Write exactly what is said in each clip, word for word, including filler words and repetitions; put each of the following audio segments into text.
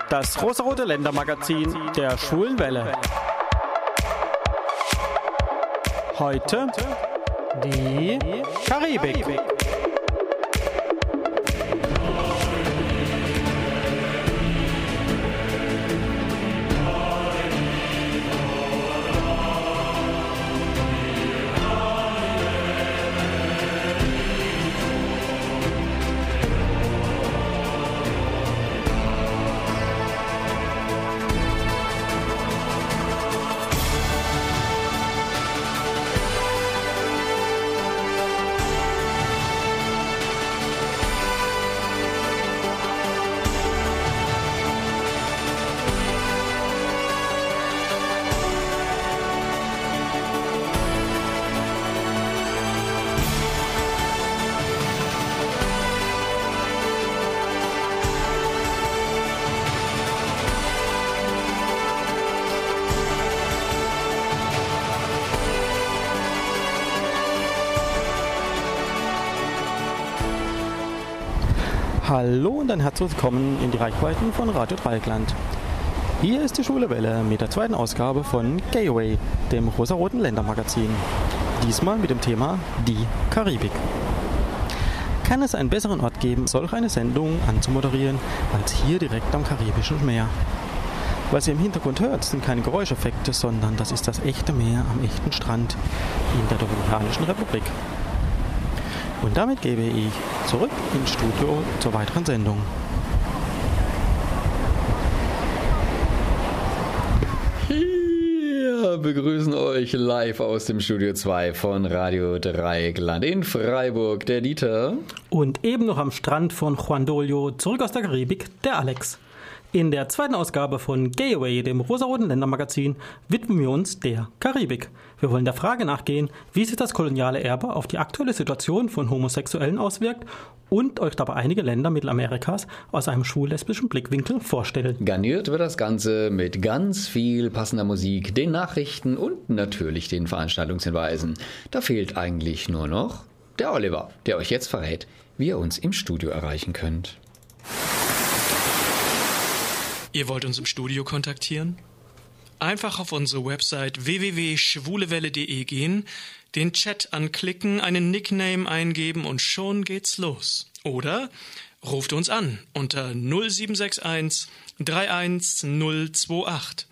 Das rosarote Ländermagazin der Schwulenwelle. Heute die Karibik. Hallo und ein herzliches Willkommen in die Reichweiten von Radio Dreieckland. Hier ist die Schwule Welle mit der zweiten Ausgabe von Gay Away, dem rosaroten Ländermagazin. Diesmal mit dem Thema die Karibik. Kann es einen besseren Ort geben, solch eine Sendung anzumoderieren, als hier direkt am karibischen Meer? Was ihr im Hintergrund hört, sind keine Geräuscheffekte, sondern das ist das echte Meer am echten Strand in der Dominikanischen Republik. Und damit gebe ich zurück ins Studio zur weiteren Sendung. Wir begrüßen euch live aus dem Studio zwei von Radio Dreieckland in Freiburg, der Dieter. Und eben noch am Strand von Juan Dolio, zurück aus der Karibik, der Alex. In der zweiten Ausgabe von Gay Away, dem rosaroten Ländermagazin, widmen wir uns der Karibik. Wir wollen der Frage nachgehen, wie sich das koloniale Erbe auf die aktuelle Situation von Homosexuellen auswirkt und euch dabei einige Länder Mittelamerikas aus einem schwul-lesbischen Blickwinkel vorstellen. Garniert wird das Ganze mit ganz viel passender Musik, den Nachrichten und natürlich den Veranstaltungshinweisen. Da fehlt eigentlich nur noch der Oliver, der euch jetzt verrät, wie ihr uns im Studio erreichen könnt. Ihr wollt uns im Studio kontaktieren? Einfach auf unsere Website w w w punkt schwulewelle punkt de gehen, den Chat anklicken, einen Nickname eingeben und schon geht's los. Oder ruft uns an unter null sieben sechs eins drei eins null zwei acht.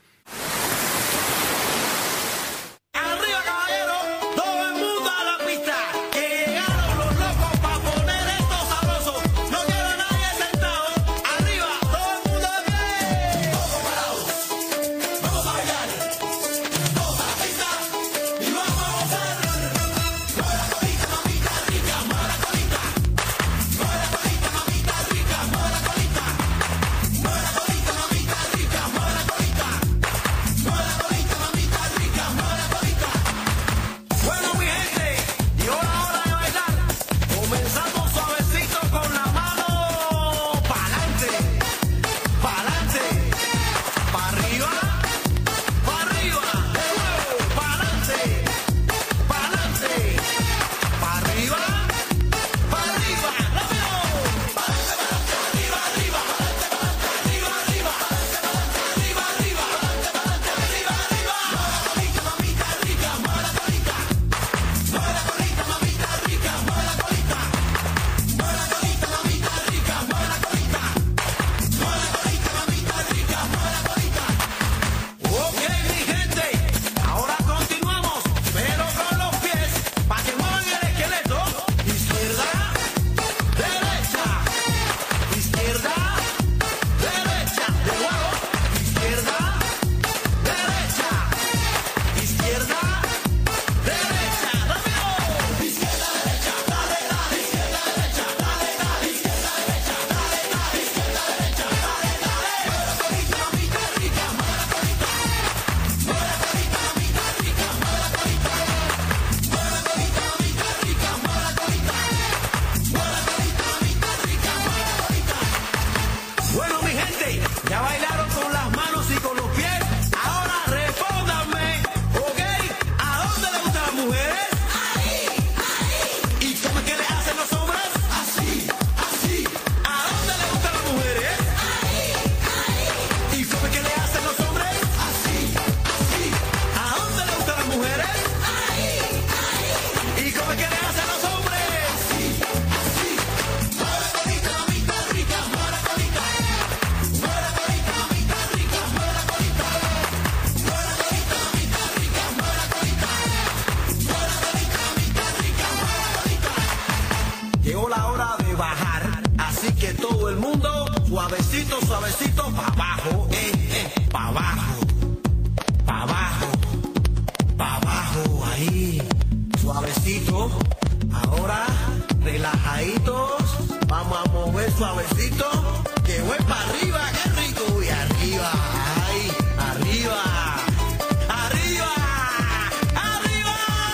suavecito, suavecito, pa' abajo, eh, eh, pa' abajo, pa' abajo, pa' abajo, ahí, suavecito. Ahora, relajaditos, vamos a mover suavecito, que voy para arriba, qué rico, y arriba, ay, arriba, arriba, arriba.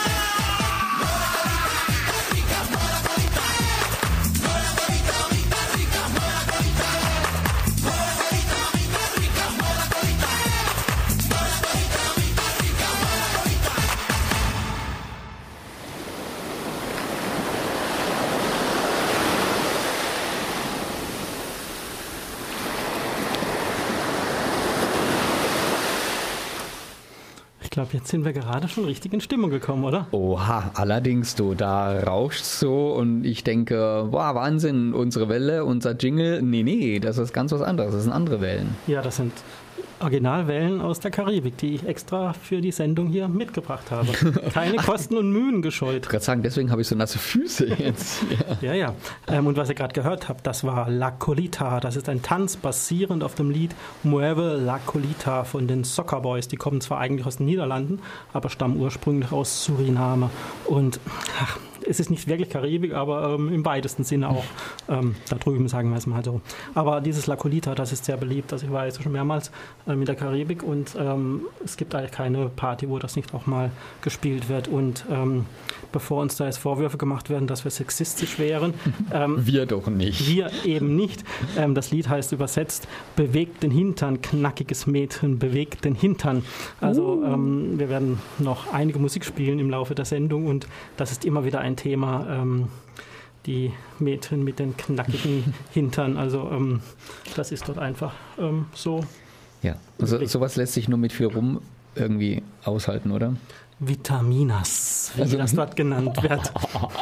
Ich glaube, jetzt sind wir gerade schon richtig in Stimmung gekommen, oder? Oha, allerdings, du, da rauschst so und ich denke, boah, Wahnsinn, unsere Welle, unser Jingle, nee, nee, das ist ganz was anderes, das sind andere Wellen. Ja, das sind Originalwellen aus der Karibik, die ich extra für die Sendung hier mitgebracht habe. Keine Kosten und Mühen gescheut. Ich wollte sagen, deswegen habe ich so nasse Füße jetzt. Ja, ja. ja. Ähm, und was ihr gerade gehört habt, das war La Colita. Das ist ein Tanz basierend auf dem Lied Mueve La Colita von den Soccer Boys. Die kommen zwar eigentlich aus den Niederlanden, aber stammen ursprünglich aus Suriname. Und ach, es ist nicht wirklich Karibik, aber ähm, im weitesten Sinne auch ähm, da drüben, sagen wir es mal so. Aber dieses La Colita, das ist sehr beliebt. Also ich war jetzt schon mehrmals ähm, in der Karibik und ähm, es gibt eigentlich keine Party, wo das nicht auch mal gespielt wird. Und ähm, bevor uns da jetzt Vorwürfe gemacht werden, dass wir sexistisch wären. Ähm, wir doch nicht. Wir eben nicht. Ähm, das Lied heißt übersetzt, bewegt den Hintern, knackiges Mädchen, bewegt den Hintern. Also ähm, wir werden noch einige Musik spielen im Laufe der Sendung und das ist immer wieder ein Thema, ähm, die Mädchen mit den knackigen Hintern. Also ähm, das ist dort einfach ähm, so. Ja, also sowas lässt sich nur mit viel Rum irgendwie aushalten, oder? Vitaminas, wie also, das dort genannt wird.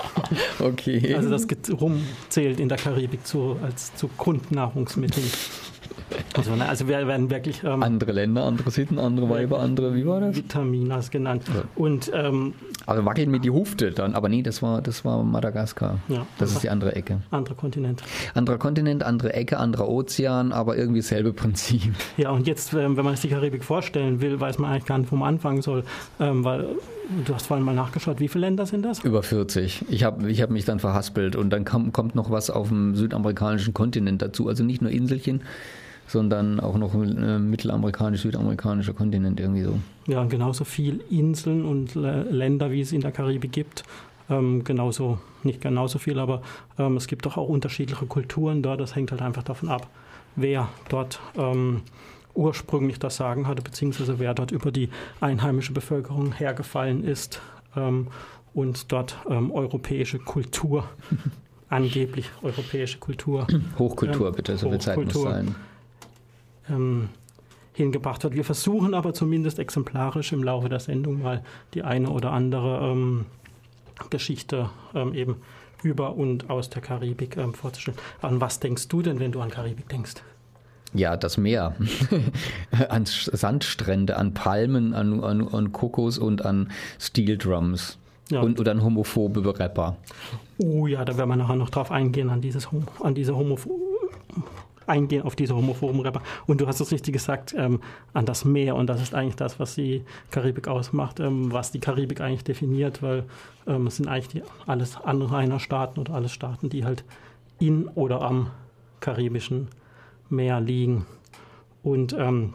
Okay. Also das Rum zählt in der Karibik zu, als zu Grundnahrungsmitteln. Also, also wir werden wirklich... Ähm, andere Länder, andere Sitten, andere Weiber, andere, wie war das? Vitaminas genannt. Ja. Und, ähm, also wackeln mit die Hufte dann, aber nee, das war, das war Madagaskar. Ja, das ist die andere Ecke. Anderer Kontinent. Anderer Kontinent, andere Ecke, anderer Ozean, aber irgendwie dasselbe Prinzip. Ja, und jetzt, wenn man sich die Karibik vorstellen will, weiß man eigentlich gar nicht, wo man anfangen soll, ähm, weil... Du hast vorhin mal nachgeschaut, wie viele Länder sind das? Über vierzig. Ich habe ich hab mich dann verhaspelt und dann kam, kommt noch was auf dem südamerikanischen Kontinent dazu. Also nicht nur Inselchen, sondern auch noch äh, mittelamerikanisch-südamerikanischer Kontinent irgendwie so. Ja, und genauso viel Inseln und äh, Länder, wie es in der Karibik gibt. Ähm, genauso, nicht genauso viel, aber ähm, es gibt doch auch unterschiedliche Kulturen dort. Das hängt halt einfach davon ab, wer dort... Ähm, ursprünglich das Sagen hatte, beziehungsweise wer dort über die einheimische Bevölkerung hergefallen ist ähm, und dort ähm, europäische Kultur, angeblich europäische Kultur. Hochkultur ähm, bitte, so viel Zeit muss sein. Ähm, hingebracht wird. Wir versuchen aber zumindest exemplarisch im Laufe der Sendung mal die eine oder andere ähm, Geschichte ähm, eben über und aus der Karibik ähm, vorzustellen. An was denkst du denn, wenn du an Karibik denkst? Ja, das Meer, an Sandstrände, an Palmen, an, an, an Kokos und an Steel Drums ja. und, und an homophobe Rapper. Oh ja, da werden wir nachher noch drauf eingehen, an, dieses, an diese homophobe eingehen auf diese homophoben Rapper. Und du hast es richtig gesagt, ähm, an das Meer. Und das ist eigentlich das, was die Karibik ausmacht, ähm, was die Karibik eigentlich definiert, weil ähm, es sind eigentlich die, alles Anrainerstaaten oder alles Staaten, die halt in oder am karibischen Meer liegen. Und ähm,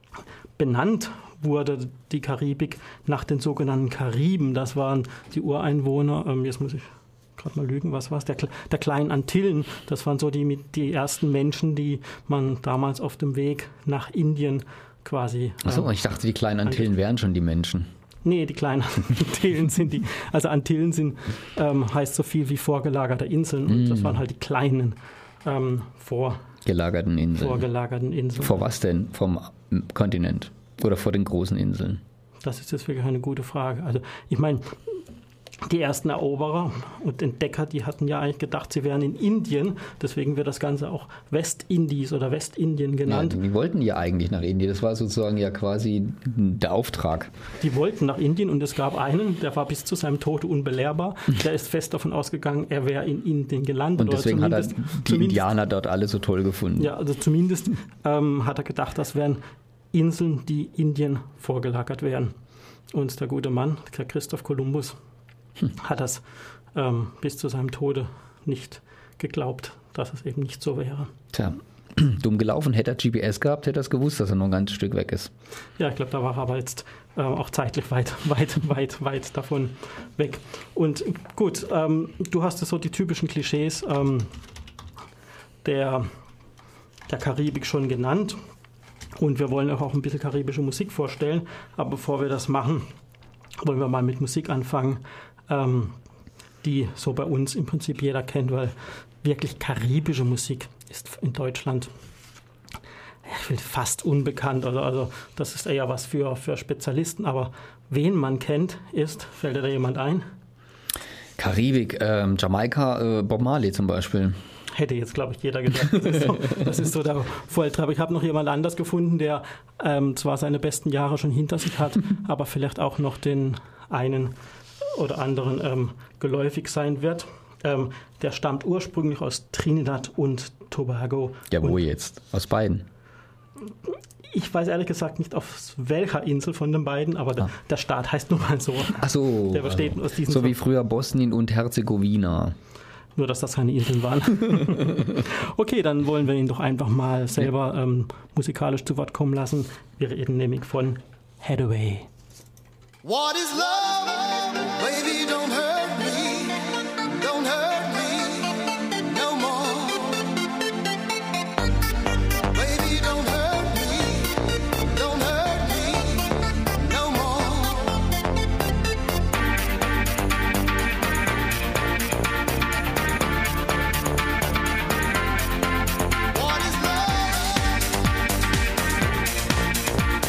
benannt wurde die Karibik nach den sogenannten Kariben. Das waren die Ureinwohner, ähm, jetzt muss ich gerade mal lügen, was war es, der, der kleinen Antillen. Das waren so die, die ersten Menschen, die man damals auf dem Weg nach Indien quasi... Achso, ähm, ich dachte, die kleinen Antillen wären schon die Menschen. Nee, die kleinen Antillen sind die, also Antillen sind, ähm, heißt so viel wie vorgelagerte Inseln. Und mm. das waren halt die kleinen ähm, vor... Gelagerten Inseln. Vorgelagerten Inseln. Vor was denn? Vom Kontinent? Oder vor den großen Inseln? Das ist jetzt wirklich eine gute Frage. Also ich meine, die ersten Eroberer und Entdecker, die hatten ja eigentlich gedacht, sie wären in Indien. Deswegen wird das Ganze auch Westindies oder Westindien genannt. Ja, die wollten ja eigentlich nach Indien. Das war sozusagen ja quasi der Auftrag. Die wollten nach Indien und es gab einen, der war bis zu seinem Tode unbelehrbar. Der ist fest davon ausgegangen, er wäre in Indien gelandet. Und deswegen hat er die Indianer dort alle so toll gefunden. Ja, also zumindest ähm, hat er gedacht, das wären Inseln, die Indien vorgelagert wären. Und der gute Mann, der Christoph Kolumbus, hm. hat das ähm, bis zu seinem Tode nicht geglaubt, dass es eben nicht so wäre. Tja, dumm gelaufen. Hätte er G P S gehabt, hätte er es gewusst, dass er noch ein ganzes Stück weg ist. Ja, ich glaube, da war er aber jetzt äh, auch zeitlich weit, weit, weit, weit davon weg. Und gut, ähm, du hast so die typischen Klischees ähm, der, der Karibik schon genannt. Und wir wollen auch ein bisschen karibische Musik vorstellen. Aber bevor wir das machen, wollen wir mal mit Musik anfangen, ähm, die so bei uns im Prinzip jeder kennt, weil wirklich karibische Musik ist in Deutschland ich will fast unbekannt. Also, also das ist eher was für, für Spezialisten. Aber wen man kennt, ist, fällt dir da jemand ein? Karibik, ähm, Jamaika, äh, Bob Marley zum Beispiel. Hätte jetzt, glaube ich, jeder gedacht. Das ist so, das ist so der Volltreffer. Ich habe noch jemand anders gefunden, der ähm, zwar seine besten Jahre schon hinter sich hat, aber vielleicht auch noch den einen oder anderen ähm, geläufig sein wird. Ähm, der stammt ursprünglich aus Trinidad und Tobago. Ja, wo und jetzt? Aus beiden? Ich weiß ehrlich gesagt nicht, auf welcher Insel von den beiden, aber der, ah. der Staat heißt nun mal so. Ach so. Der besteht also, aus diesen so wie früher Bosnien und Herzegowina. Nur, dass das keine Inseln waren. Okay, dann wollen wir ihn doch einfach mal selber ähm, musikalisch zu Wort kommen lassen. Wir reden nämlich von Hathaway. What is love? Baby, don't hurt me. Don't hurt me no more. Baby, don't hurt me. Don't hurt me no more. What is love?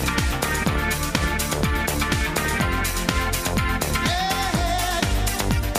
Yeah.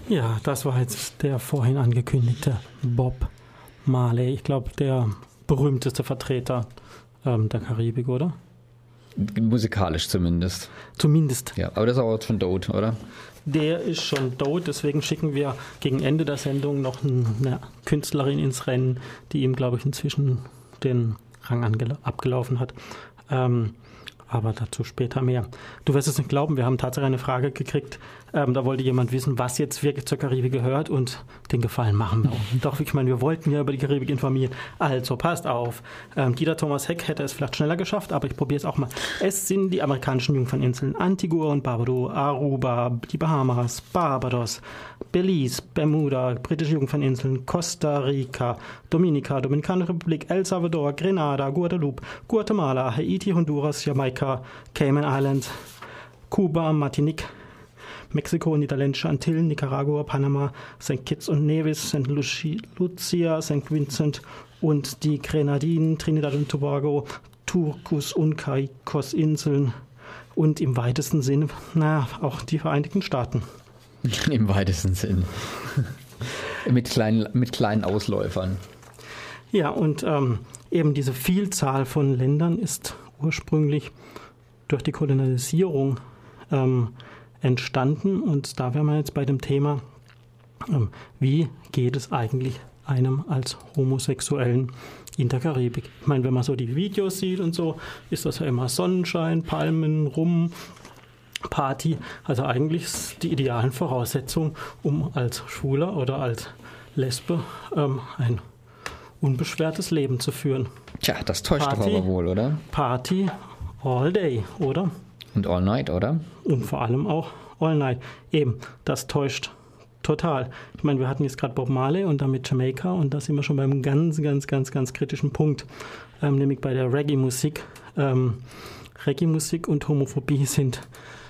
Ja, das war jetzt der vorhin angekündigte Bob Marley. Ich glaube, der berühmteste Vertreter ähm, der Karibik, oder? Musikalisch zumindest. Zumindest. Ja, aber das ist auch schon tot, oder? Der ist schon tot, deswegen schicken wir gegen Ende der Sendung noch eine Künstlerin ins Rennen, die ihm, glaube ich, inzwischen den Rang angel- abgelaufen hat. Ähm, aber dazu später mehr. Du wirst es nicht glauben, wir haben tatsächlich eine Frage gekriegt, ähm, da wollte jemand wissen, was jetzt wirklich zur Karibik gehört, und den Gefallen machen wir auch. Doch, ich meine, wir wollten ja über die Karibik informieren. Also, passt auf. Ähm, Dieter Thomas Heck hätte es vielleicht schneller geschafft, aber ich probiere es auch mal. Es sind die amerikanischen Jungferninseln Antigua und Barbuda, Aruba, die Bahamas, Barbados, Belize, Bermuda, britische Jungferninseln, Costa Rica, Dominica, Dominikanische Republik, El Salvador, Grenada, Guadeloupe, Guatemala, Haiti, Honduras, Jamaika, Cayman Islands, Kuba, Martinique, Mexiko, Niederländische Antillen, Nicaragua, Panama, Sankt Kitts und Nevis, Sankt Lucia, Sankt Vincent und die Grenadinen, Trinidad und Tobago, Turkus und Caicos-Inseln und im weitesten Sinne, na, auch die Vereinigten Staaten. Im weitesten Sinn. mit, kleinen, mit kleinen Ausläufern. Ja, und ähm, eben diese Vielzahl von Ländern ist ursprünglich durch die Kolonialisierung ähm, entstanden, und da wären wir jetzt bei dem Thema, ähm, wie geht es eigentlich einem als Homosexuellen in der Karibik? Ich meine, wenn man so die Videos sieht und so, ist das ja immer Sonnenschein, Palmen, Rum, Party. Also eigentlich ist die idealen Voraussetzungen, um als Schwuler oder als Lesbe ähm, ein unbeschwertes Leben zu führen. Tja, das täuscht Party, doch aber wohl, oder? Party all day, oder? Und all night, oder? Und vor allem auch all night. Eben, das täuscht total. Ich meine, wir hatten jetzt gerade Bob Marley und damit Jamaika, und da sind wir schon beim ganz, ganz, ganz, ganz kritischen Punkt, ähm, nämlich bei der Reggae-Musik. Ähm, Reggae-Musik und Homophobie sind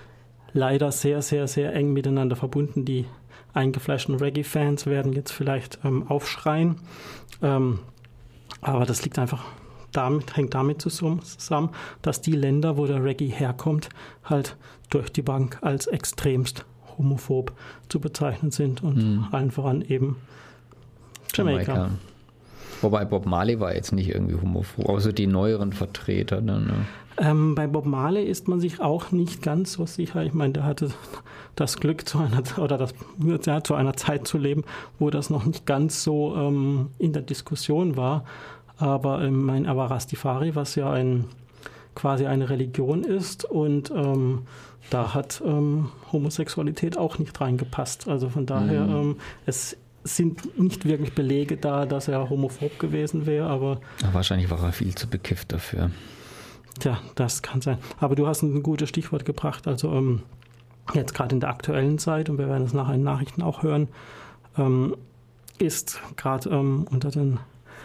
leider sehr, sehr, sehr eng miteinander verbunden. Die eingefleischten Reggae-Fans werden jetzt vielleicht ähm, aufschreien, ähm, aber das liegt einfach damit, hängt damit zusammen, dass die Länder, wo der Reggae herkommt, halt durch die Bank als extremst homophob zu bezeichnen sind, und mhm. allen voran eben Jamaika. Jamaika. Wobei Bob Marley war jetzt nicht irgendwie homophob, außer die neueren Vertreter. Ne? Ähm, bei Bob Marley ist man sich auch nicht ganz so sicher. Ich meine, der hatte das Glück, zu einer, oder das, ja, zu einer Zeit zu leben, wo das noch nicht ganz so ähm, in der Diskussion war. Aber ähm, mein er war Rastafari, was ja ein, quasi eine Religion ist, und ähm, da hat ähm, Homosexualität auch nicht reingepasst. Also von daher, mhm. ähm, es sind nicht wirklich Belege da, dass er homophob gewesen wäre, aber... aber wahrscheinlich war er viel zu bekifft dafür. Tja, das kann sein. Aber du hast ein gutes Stichwort gebracht. Also ähm, jetzt gerade in der aktuellen Zeit, und wir werden es nachher in Nachrichten auch hören, ähm, ist gerade ähm, unter den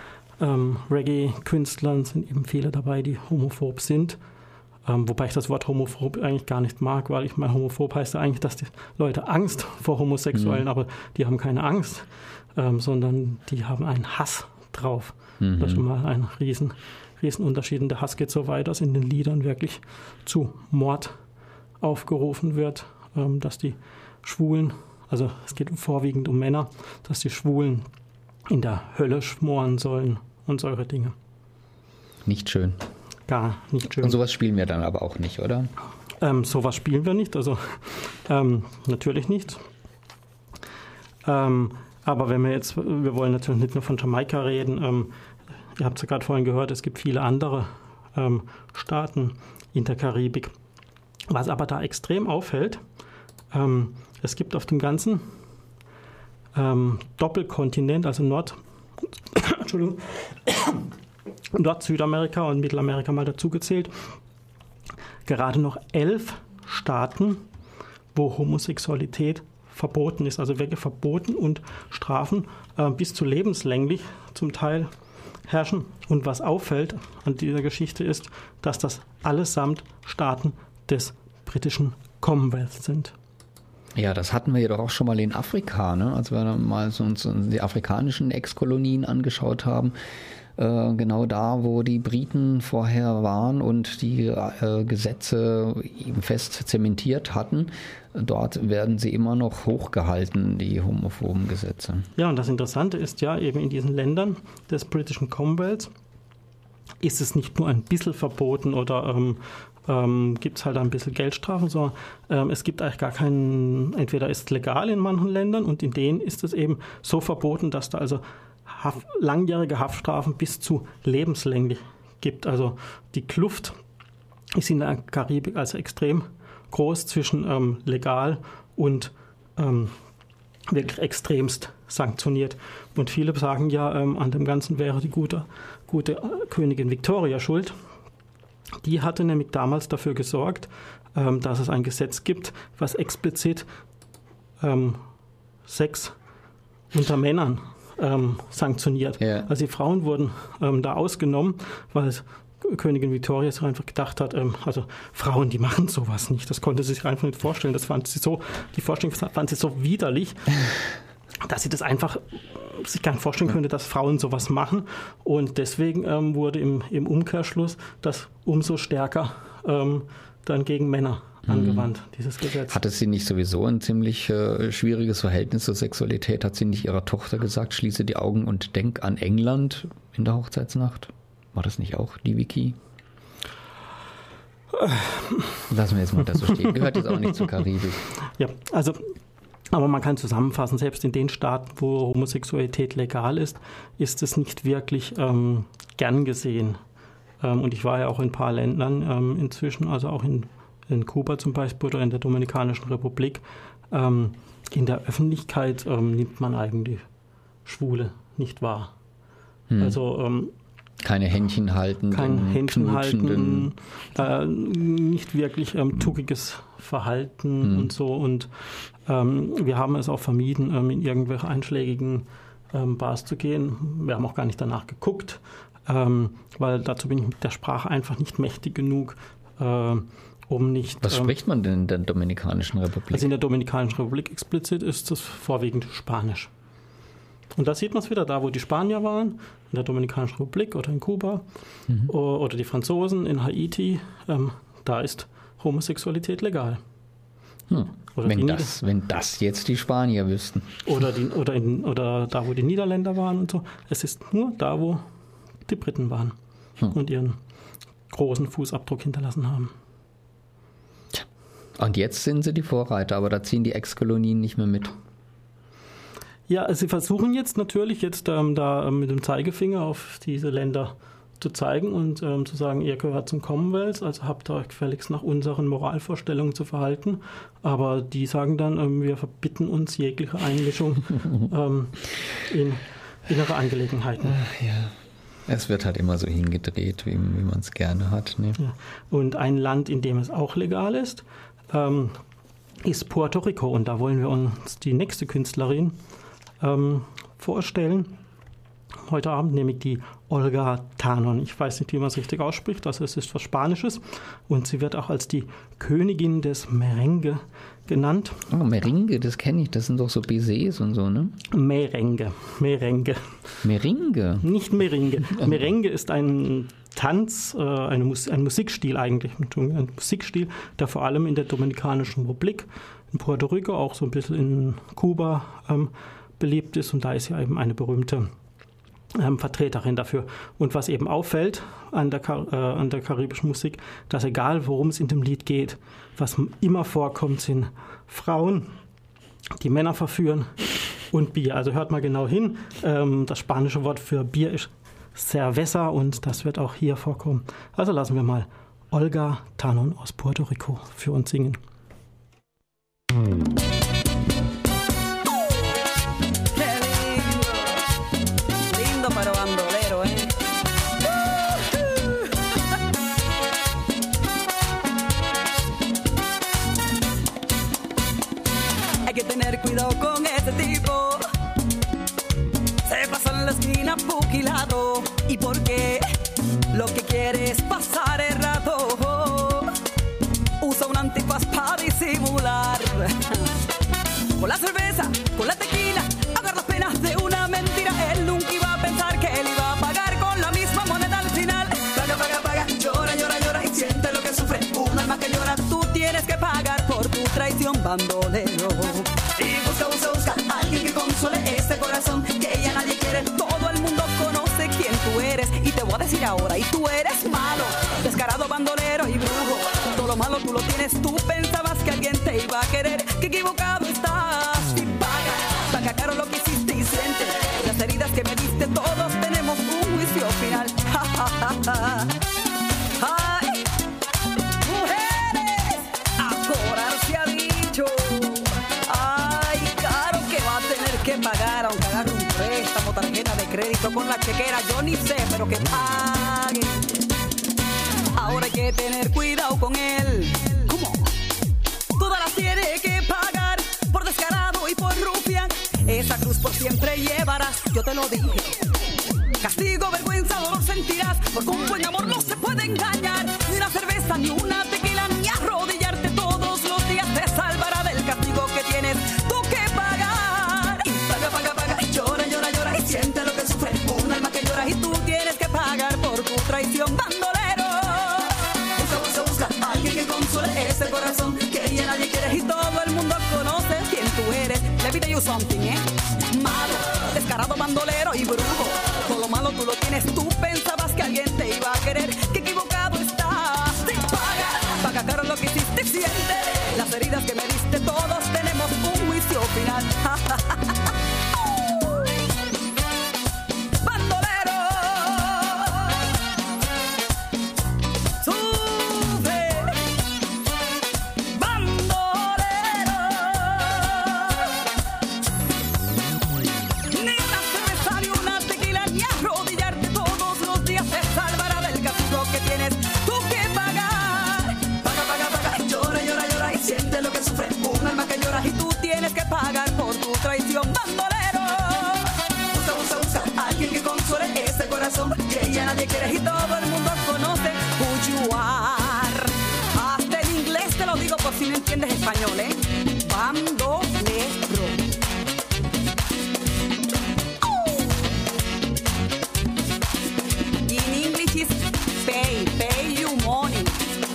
ähm, Reggae-Künstlern sind eben viele dabei, die homophob sind. Ähm, wobei ich das Wort homophob eigentlich gar nicht mag, weil ich meine, homophob heißt ja eigentlich, dass die Leute Angst vor Homosexuellen, mhm. aber die haben keine Angst, ähm, sondern die haben einen Hass drauf. Mhm. Das ist schon mal ein riesen, riesen Unterschied. Und der Hass geht so weit, dass in den Liedern wirklich zu Mord aufgerufen wird, ähm, dass die Schwulen, also es geht vorwiegend um Männer, dass die Schwulen in der Hölle schmoren sollen und solche Dinge. Nicht schön. Gar nicht schön. Und sowas spielen wir dann aber auch nicht, oder? Ähm, sowas spielen wir nicht, also ähm, natürlich nicht. Ähm, aber wenn wir jetzt, wir wollen natürlich nicht nur von Jamaika reden, ähm, ihr habt es ja gerade vorhin gehört, es gibt viele andere ähm, Staaten in der Karibik. Was aber da extrem auffällt, ähm, es gibt auf dem ganzen ähm, Doppelkontinent, also Nord, Entschuldigung, Nord-Südamerika und Mittelamerika mal dazugezählt, gerade noch elf Staaten, wo Homosexualität verboten ist, also wirklich verboten, und Strafen äh, bis zu lebenslänglich zum Teil herrschen. Und was auffällt an dieser Geschichte ist, dass das allesamt Staaten des britischen Commonwealth sind. Ja, das hatten wir ja doch auch schon mal in Afrika, ne? Als wir dann mal so uns die afrikanischen Ex-Kolonien angeschaut haben. äh, genau da, wo die Briten vorher waren und die äh, Gesetze eben fest zementiert hatten. Dort werden sie immer noch hochgehalten, die homophoben Gesetze. Ja, und das Interessante ist ja, eben in diesen Ländern des britischen Commonwealth ist es nicht nur ein bisschen verboten oder ähm, ähm, gibt es halt ein bisschen Geldstrafen, sondern ähm, es gibt eigentlich gar keinen, entweder ist es legal in manchen Ländern und in denen ist es eben so verboten, dass da also Haft, langjährige Haftstrafen bis zu lebenslänglich gibt. Also die Kluft ist in der Karibik also extrem groß zwischen ähm, legal und ähm, wirklich extremst sanktioniert. Und viele sagen ja, ähm, an dem Ganzen wäre die gute, gute Königin Victoria schuld. Die hatte nämlich damals dafür gesorgt, ähm, dass es ein Gesetz gibt, was explizit ähm, Sex unter Männern ähm, sanktioniert. Ja. Also die Frauen wurden ähm, da ausgenommen, weil Königin Victoria sich einfach gedacht hat, ähm, also Frauen, die machen sowas nicht. Das konnte sie sich einfach nicht vorstellen. Das fand sie so, die Vorstellung fand sie so widerlich, dass sie das einfach sich gar nicht vorstellen könnte, dass Frauen sowas machen. Und deswegen ähm, wurde im, im Umkehrschluss das umso stärker ähm, dann gegen Männer angewandt, mhm. dieses Gesetz. Hatte sie nicht sowieso ein ziemlich äh, schwieriges Verhältnis zur Sexualität? Hat sie nicht ihrer Tochter gesagt, schließe die Augen und denk an England in der Hochzeitsnacht? War das nicht auch die Vicky? Lassen wir jetzt mal das so stehen. Gehört jetzt auch nicht zur Karibik. Ja, also aber man kann zusammenfassen, selbst in den Staaten, wo Homosexualität legal ist, ist es nicht wirklich ähm, gern gesehen. Ähm, und ich war ja auch in ein paar Ländern ähm, inzwischen, also auch in, in Kuba zum Beispiel oder in der Dominikanischen Republik. Ähm, in der Öffentlichkeit ähm, nimmt man eigentlich Schwule nicht wahr. Hm. Also ähm, keine Händchen halten, kein Händchen halten, äh, nicht wirklich ähm, tuckiges Verhalten hm. und so. Und ähm, wir haben es auch vermieden, ähm, in irgendwelche einschlägigen ähm, Bars zu gehen. Wir haben auch gar nicht danach geguckt, ähm, weil dazu bin ich mit der Sprache einfach nicht mächtig genug, äh, um nicht... Was ähm, spricht man denn in der Dominikanischen Republik? Also in der Dominikanischen Republik explizit ist es vorwiegend Spanisch. Und da sieht man es wieder, da wo die Spanier waren, in der Dominikanischen Republik oder in Kuba, mhm. oder die Franzosen in Haiti, ähm, da ist Homosexualität legal. Hm. Wenn, das, wenn das jetzt die Spanier wüssten. Oder, die, oder, in, oder da, wo die Niederländer waren und so. Es ist nur da, wo die Briten waren hm. und ihren großen Fußabdruck hinterlassen haben. Tja. Und jetzt sind sie die Vorreiter, aber da ziehen die Ex-Kolonien nicht mehr mit. Ja, sie versuchen jetzt natürlich jetzt ähm, da ähm, mit dem Zeigefinger auf diese Länder zu zeigen und ähm, zu sagen, ihr gehört zum Commonwealth, also habt ihr euch gefälligst nach unseren Moralvorstellungen zu verhalten. Aber die sagen dann, ähm, wir verbitten uns jegliche Einmischung ähm, in innere Angelegenheiten. Ach, ja. Es wird halt immer so hingedreht, wie, wie man es gerne hat. Ne? Ja. Und ein Land, in dem es auch legal ist, ähm, ist Puerto Rico. Und da wollen wir uns die nächste Künstlerin ähm, vorstellen. Heute Abend, nämlich die Olga Tanon. Ich weiß nicht, wie man es richtig ausspricht, also es ist was Spanisches. Und sie wird auch als die Königin des Merengue genannt. Oh, Merengue, das kenne ich, das sind doch so Baisers und so, ne? Merengue, Merengue. Merengue? Nicht Merengue. Merengue ist ein Tanz, äh, eine Mus- ein Musikstil eigentlich, ein Musikstil, der vor allem in der Dominikanischen Republik, in Puerto Rico, auch so ein bisschen in Kuba ähm, beliebt ist. Und da ist ja eben eine berühmte Ähm, Vertreterin dafür. Und was eben auffällt an der, Kar- äh, an der karibischen Musik, dass egal worum es in dem Lied geht, was immer vorkommt, sind Frauen, die Männer verführen und Bier. Also hört mal genau hin, ähm, das spanische Wort für Bier ist Cerveza und das wird auch hier vorkommen. Also lassen wir mal Olga Tanon aus Puerto Rico für uns singen. Pero bandolero, ¿eh? Hay que tener cuidado con este tipo. Se pasa en la esquina fuquilado. ¿Y por qué? Lo que quiere es pasar el rato. Usa un antifaz para disimular. bandolero. Y busca, busca, busca a alguien que console este corazón que ya nadie quiere. Todo el mundo conoce quién tú eres y te voy a decir ahora, y tú eres malo, descarado, bandolero y brujo. Todo lo malo tú lo tienes, tú pensabas que alguien te iba a querer, que equivocado estás. Y paga, paga caro lo que hiciste y siente las heridas que me diste, todos tenemos un juicio final. Ja, ja, ja, ja. Ay, mujeres, ahora se ha dicho. Ay, caro que va a tener que pagar, aunque agarre un préstamo, tarjeta de crédito con la chequera, yo ni sé, pero que pague. Ahora hay que tener cuidado con él. ¿Cómo? Todas las tiene que pagar por descarado y por rufián. Esa cruz por siempre llevarás, yo te lo dije. Castigo, vergüenza, dolor sentirás, porque un buen amor no se puede engañar. Ni una cerveza, ni una tequila, ni arrodillarte todos los días te salvará del castigo que tienes tú que pagar. Y paga, paga, paga, y llora, llora, llora, y siente lo que sufre un alma que llora, y tú tienes que pagar por tu traición, bandolero. Busca, busca, busca a alguien que consuele ese corazón que ya nadie quiere y todo el mundo conoce quién tú eres. Let me tell you something, ¿eh? Malo, descarado, bandolero y brujo. Todo lo malo tú lo tienes, tú pensabas que alguien te iba a querer, que equivocado estás. Te paga, paga caro lo que hiciste, siente las heridas que me diste, todos tenemos un juicio final. Bandolero, sufre, bandolero. Ni una cerveza, ni una tequila, ni arrodillarte todos los días te salvará del castigo que tienes tú que pagar. Paga, paga, paga, y llora, llora, llora, y siente lo que sufre un alma que llora, y tú tienes que pagar por tu traición, bandolero. Busca, busca, busca a alguien que consuele ese corazón que ya nadie quiere y todo el mundo conoce who you are. Hasta en inglés te lo digo por si no entiendes español, ¿eh? Bandolero. In English is pay, pay you money.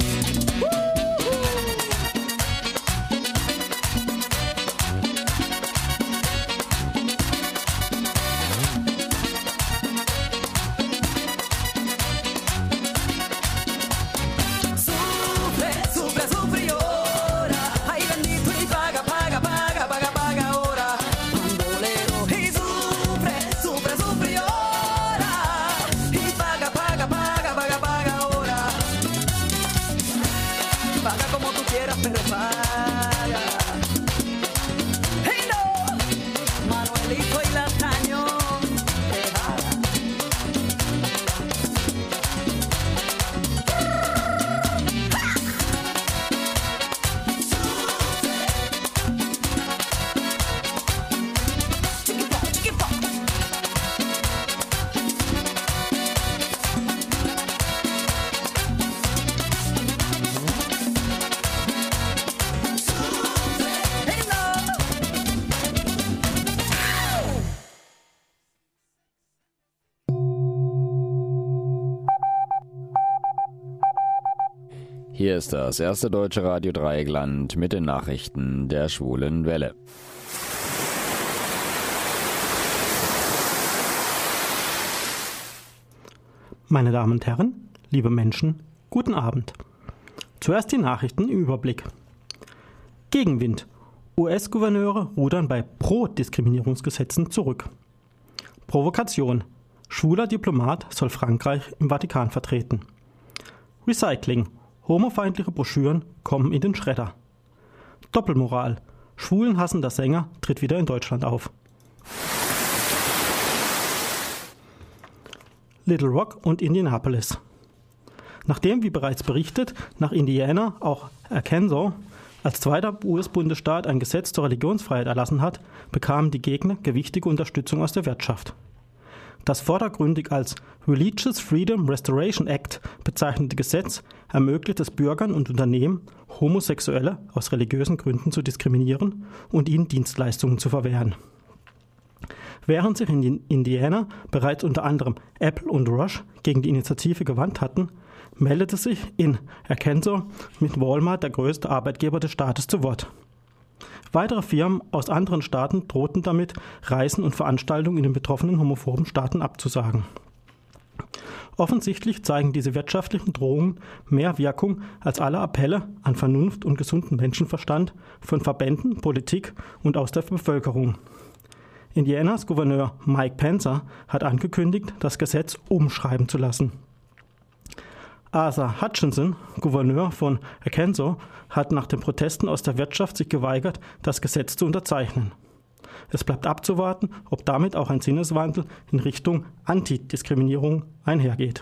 Sufre, sufre, sufre y llora. Ay, bendito, y paga, paga, paga, paga, paga ahora. Bandolero. Y sufre, sufre, sufre y llora. Y paga, paga, paga, paga, paga ahora. Paga como tú quieras, pero paga. Hey, no, Manuelito y Lataño. Dejada. Chiquipó, chiquipó. Hey, no. Hier ist das erste deutsche Radio Dreieckland mit den Nachrichten der Schwulen Welle. Meine Damen und Herren, liebe Menschen, guten Abend. Zuerst die Nachrichten im Überblick. Gegenwind. U S-Gouverneure rudern bei Pro-Diskriminierungsgesetzen zurück. Provokation. Schwuler Diplomat soll Frankreich im Vatikan vertreten. Recycling. Homofeindliche Broschüren kommen in den Schredder. Doppelmoral. Schwulenhassender Sänger tritt wieder in Deutschland auf. Little Rock und Indianapolis. Nachdem, wie bereits berichtet, nach Indiana auch Arkansas als zweiter U S-Bundesstaat ein Gesetz zur Religionsfreiheit erlassen hat, bekamen die Gegner gewichtige Unterstützung aus der Wirtschaft. Das vordergründig als Religious Freedom Restoration Act bezeichnete Gesetz ermöglicht es Bürgern und Unternehmen, Homosexuelle aus religiösen Gründen zu diskriminieren und ihnen Dienstleistungen zu verwehren. Während sich in Indiana bereits unter anderem Apple und Roche gegen die Initiative gewandt hatten, meldete sich in Arkansas mit Walmart der größte Arbeitgeber des Staates zu Wort. Weitere Firmen aus anderen Staaten drohten damit, Reisen und Veranstaltungen in den betroffenen homophoben Staaten abzusagen. Offensichtlich zeigen diese wirtschaftlichen Drohungen mehr Wirkung als alle Appelle an Vernunft und gesunden Menschenverstand von Verbänden, Politik und aus der Bevölkerung. Indianas Gouverneur Mike Pence hat angekündigt, das Gesetz umschreiben zu lassen. Asa Hutchinson, Gouverneur von Arkansas, hat nach den Protesten aus der Wirtschaft sich geweigert, das Gesetz zu unterzeichnen. Es bleibt abzuwarten, ob damit auch ein Sinneswandel in Richtung Antidiskriminierung einhergeht.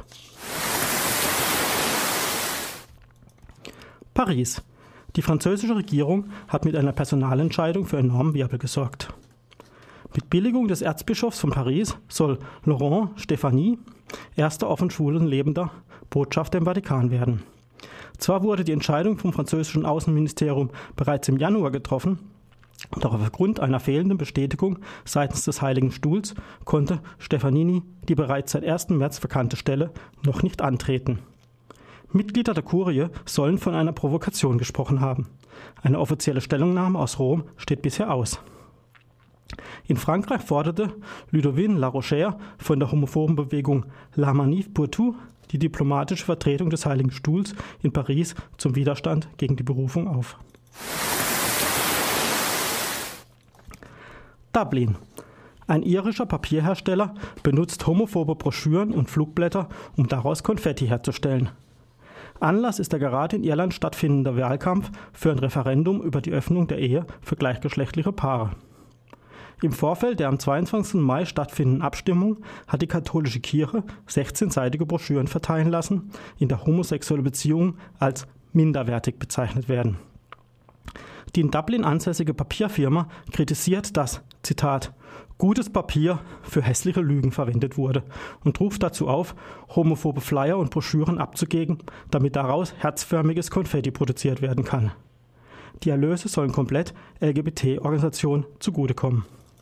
Paris. Die französische Regierung hat mit einer Personalentscheidung für enormen Wirbel gesorgt. Mit Billigung des Erzbischofs von Paris soll Laurent Stefani, erster offen schwulen lebender Botschafter im Vatikan werden. Zwar wurde die Entscheidung vom französischen Außenministerium bereits im Januar getroffen, doch aufgrund einer fehlenden Bestätigung seitens des Heiligen Stuhls konnte Stefanini die bereits seit ersten März vakante Stelle noch nicht antreten. Mitglieder der Kurie sollen von einer Provokation gesprochen haben. Eine offizielle Stellungnahme aus Rom steht bisher aus. In Frankreich forderte Ludovine La Rochère von der homophoben Bewegung La Manif pour Tout die diplomatische Vertretung des Heiligen Stuhls in Paris zum Widerstand gegen die Berufung auf. Dublin. Ein irischer Papierhersteller benutzt homophobe Broschüren und Flugblätter, um daraus Konfetti herzustellen. Anlass ist der gerade in Irland stattfindende Wahlkampf für ein Referendum über die Öffnung der Ehe für gleichgeschlechtliche Paare. Im Vorfeld der am zweiundzwanzigsten Mai stattfindenden Abstimmung hat die katholische Kirche sechzehnseitige Broschüren verteilen lassen, in der homosexuelle Beziehungen als minderwertig bezeichnet werden. Die in Dublin ansässige Papierfirma kritisiert, dass, Zitat, gutes Papier für hässliche Lügen verwendet wurde und ruft dazu auf, homophobe Flyer und Broschüren abzugeben, damit daraus herzförmiges Konfetti produziert werden kann. Die Erlöse sollen komplett L G B T-Organisationen zugutekommen.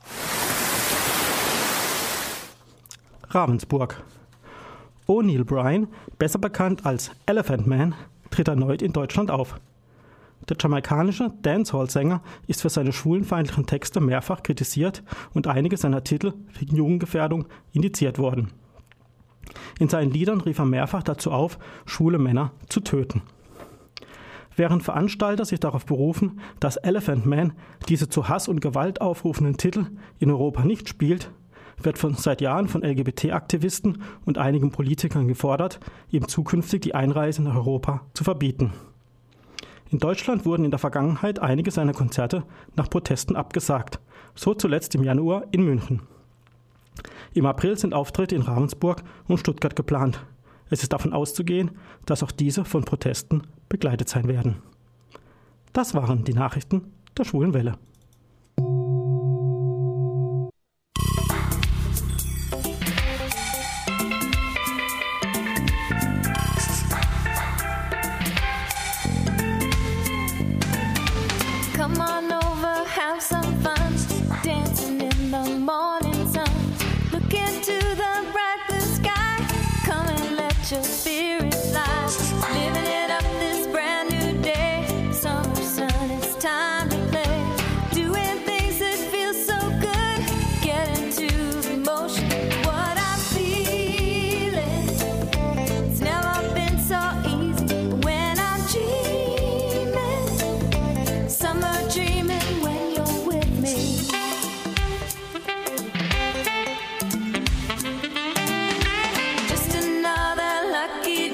Ravensburg. O'Neill Bryan, besser bekannt als Elephant Man, tritt erneut in Deutschland auf. Der jamaikanische Dancehall-Sänger ist für seine schwulenfeindlichen Texte mehrfach kritisiert und einige seiner Titel wegen Jugendgefährdung indiziert worden. In seinen Liedern rief er mehrfach dazu auf, schwule Männer zu töten. Während Veranstalter sich darauf berufen, dass Elephant Man diese zu Hass und Gewalt aufrufenden Titel in Europa nicht spielt, wird von, seit Jahren von L G B T-Aktivisten und einigen Politikern gefordert, ihm zukünftig die Einreise nach Europa zu verbieten. In Deutschland wurden in der Vergangenheit einige seiner Konzerte nach Protesten abgesagt, so zuletzt im Januar in München. Im April sind Auftritte in Ravensburg und Stuttgart geplant. Es ist davon auszugehen, dass auch diese von Protesten begleitet sein werden. Das waren die Nachrichten der Schwulen Welle. Come on over, have some fun, dancing in the morning sun. Look into the bright blue sky, come and let your spirit fly. Living it up this brand new day, summer sun, it's time to play. Doing things that feel so good, get into the motion. What I'm feeling, it's never been so easy. When I'm dreaming, summer dreaming when you're with me. Just another lucky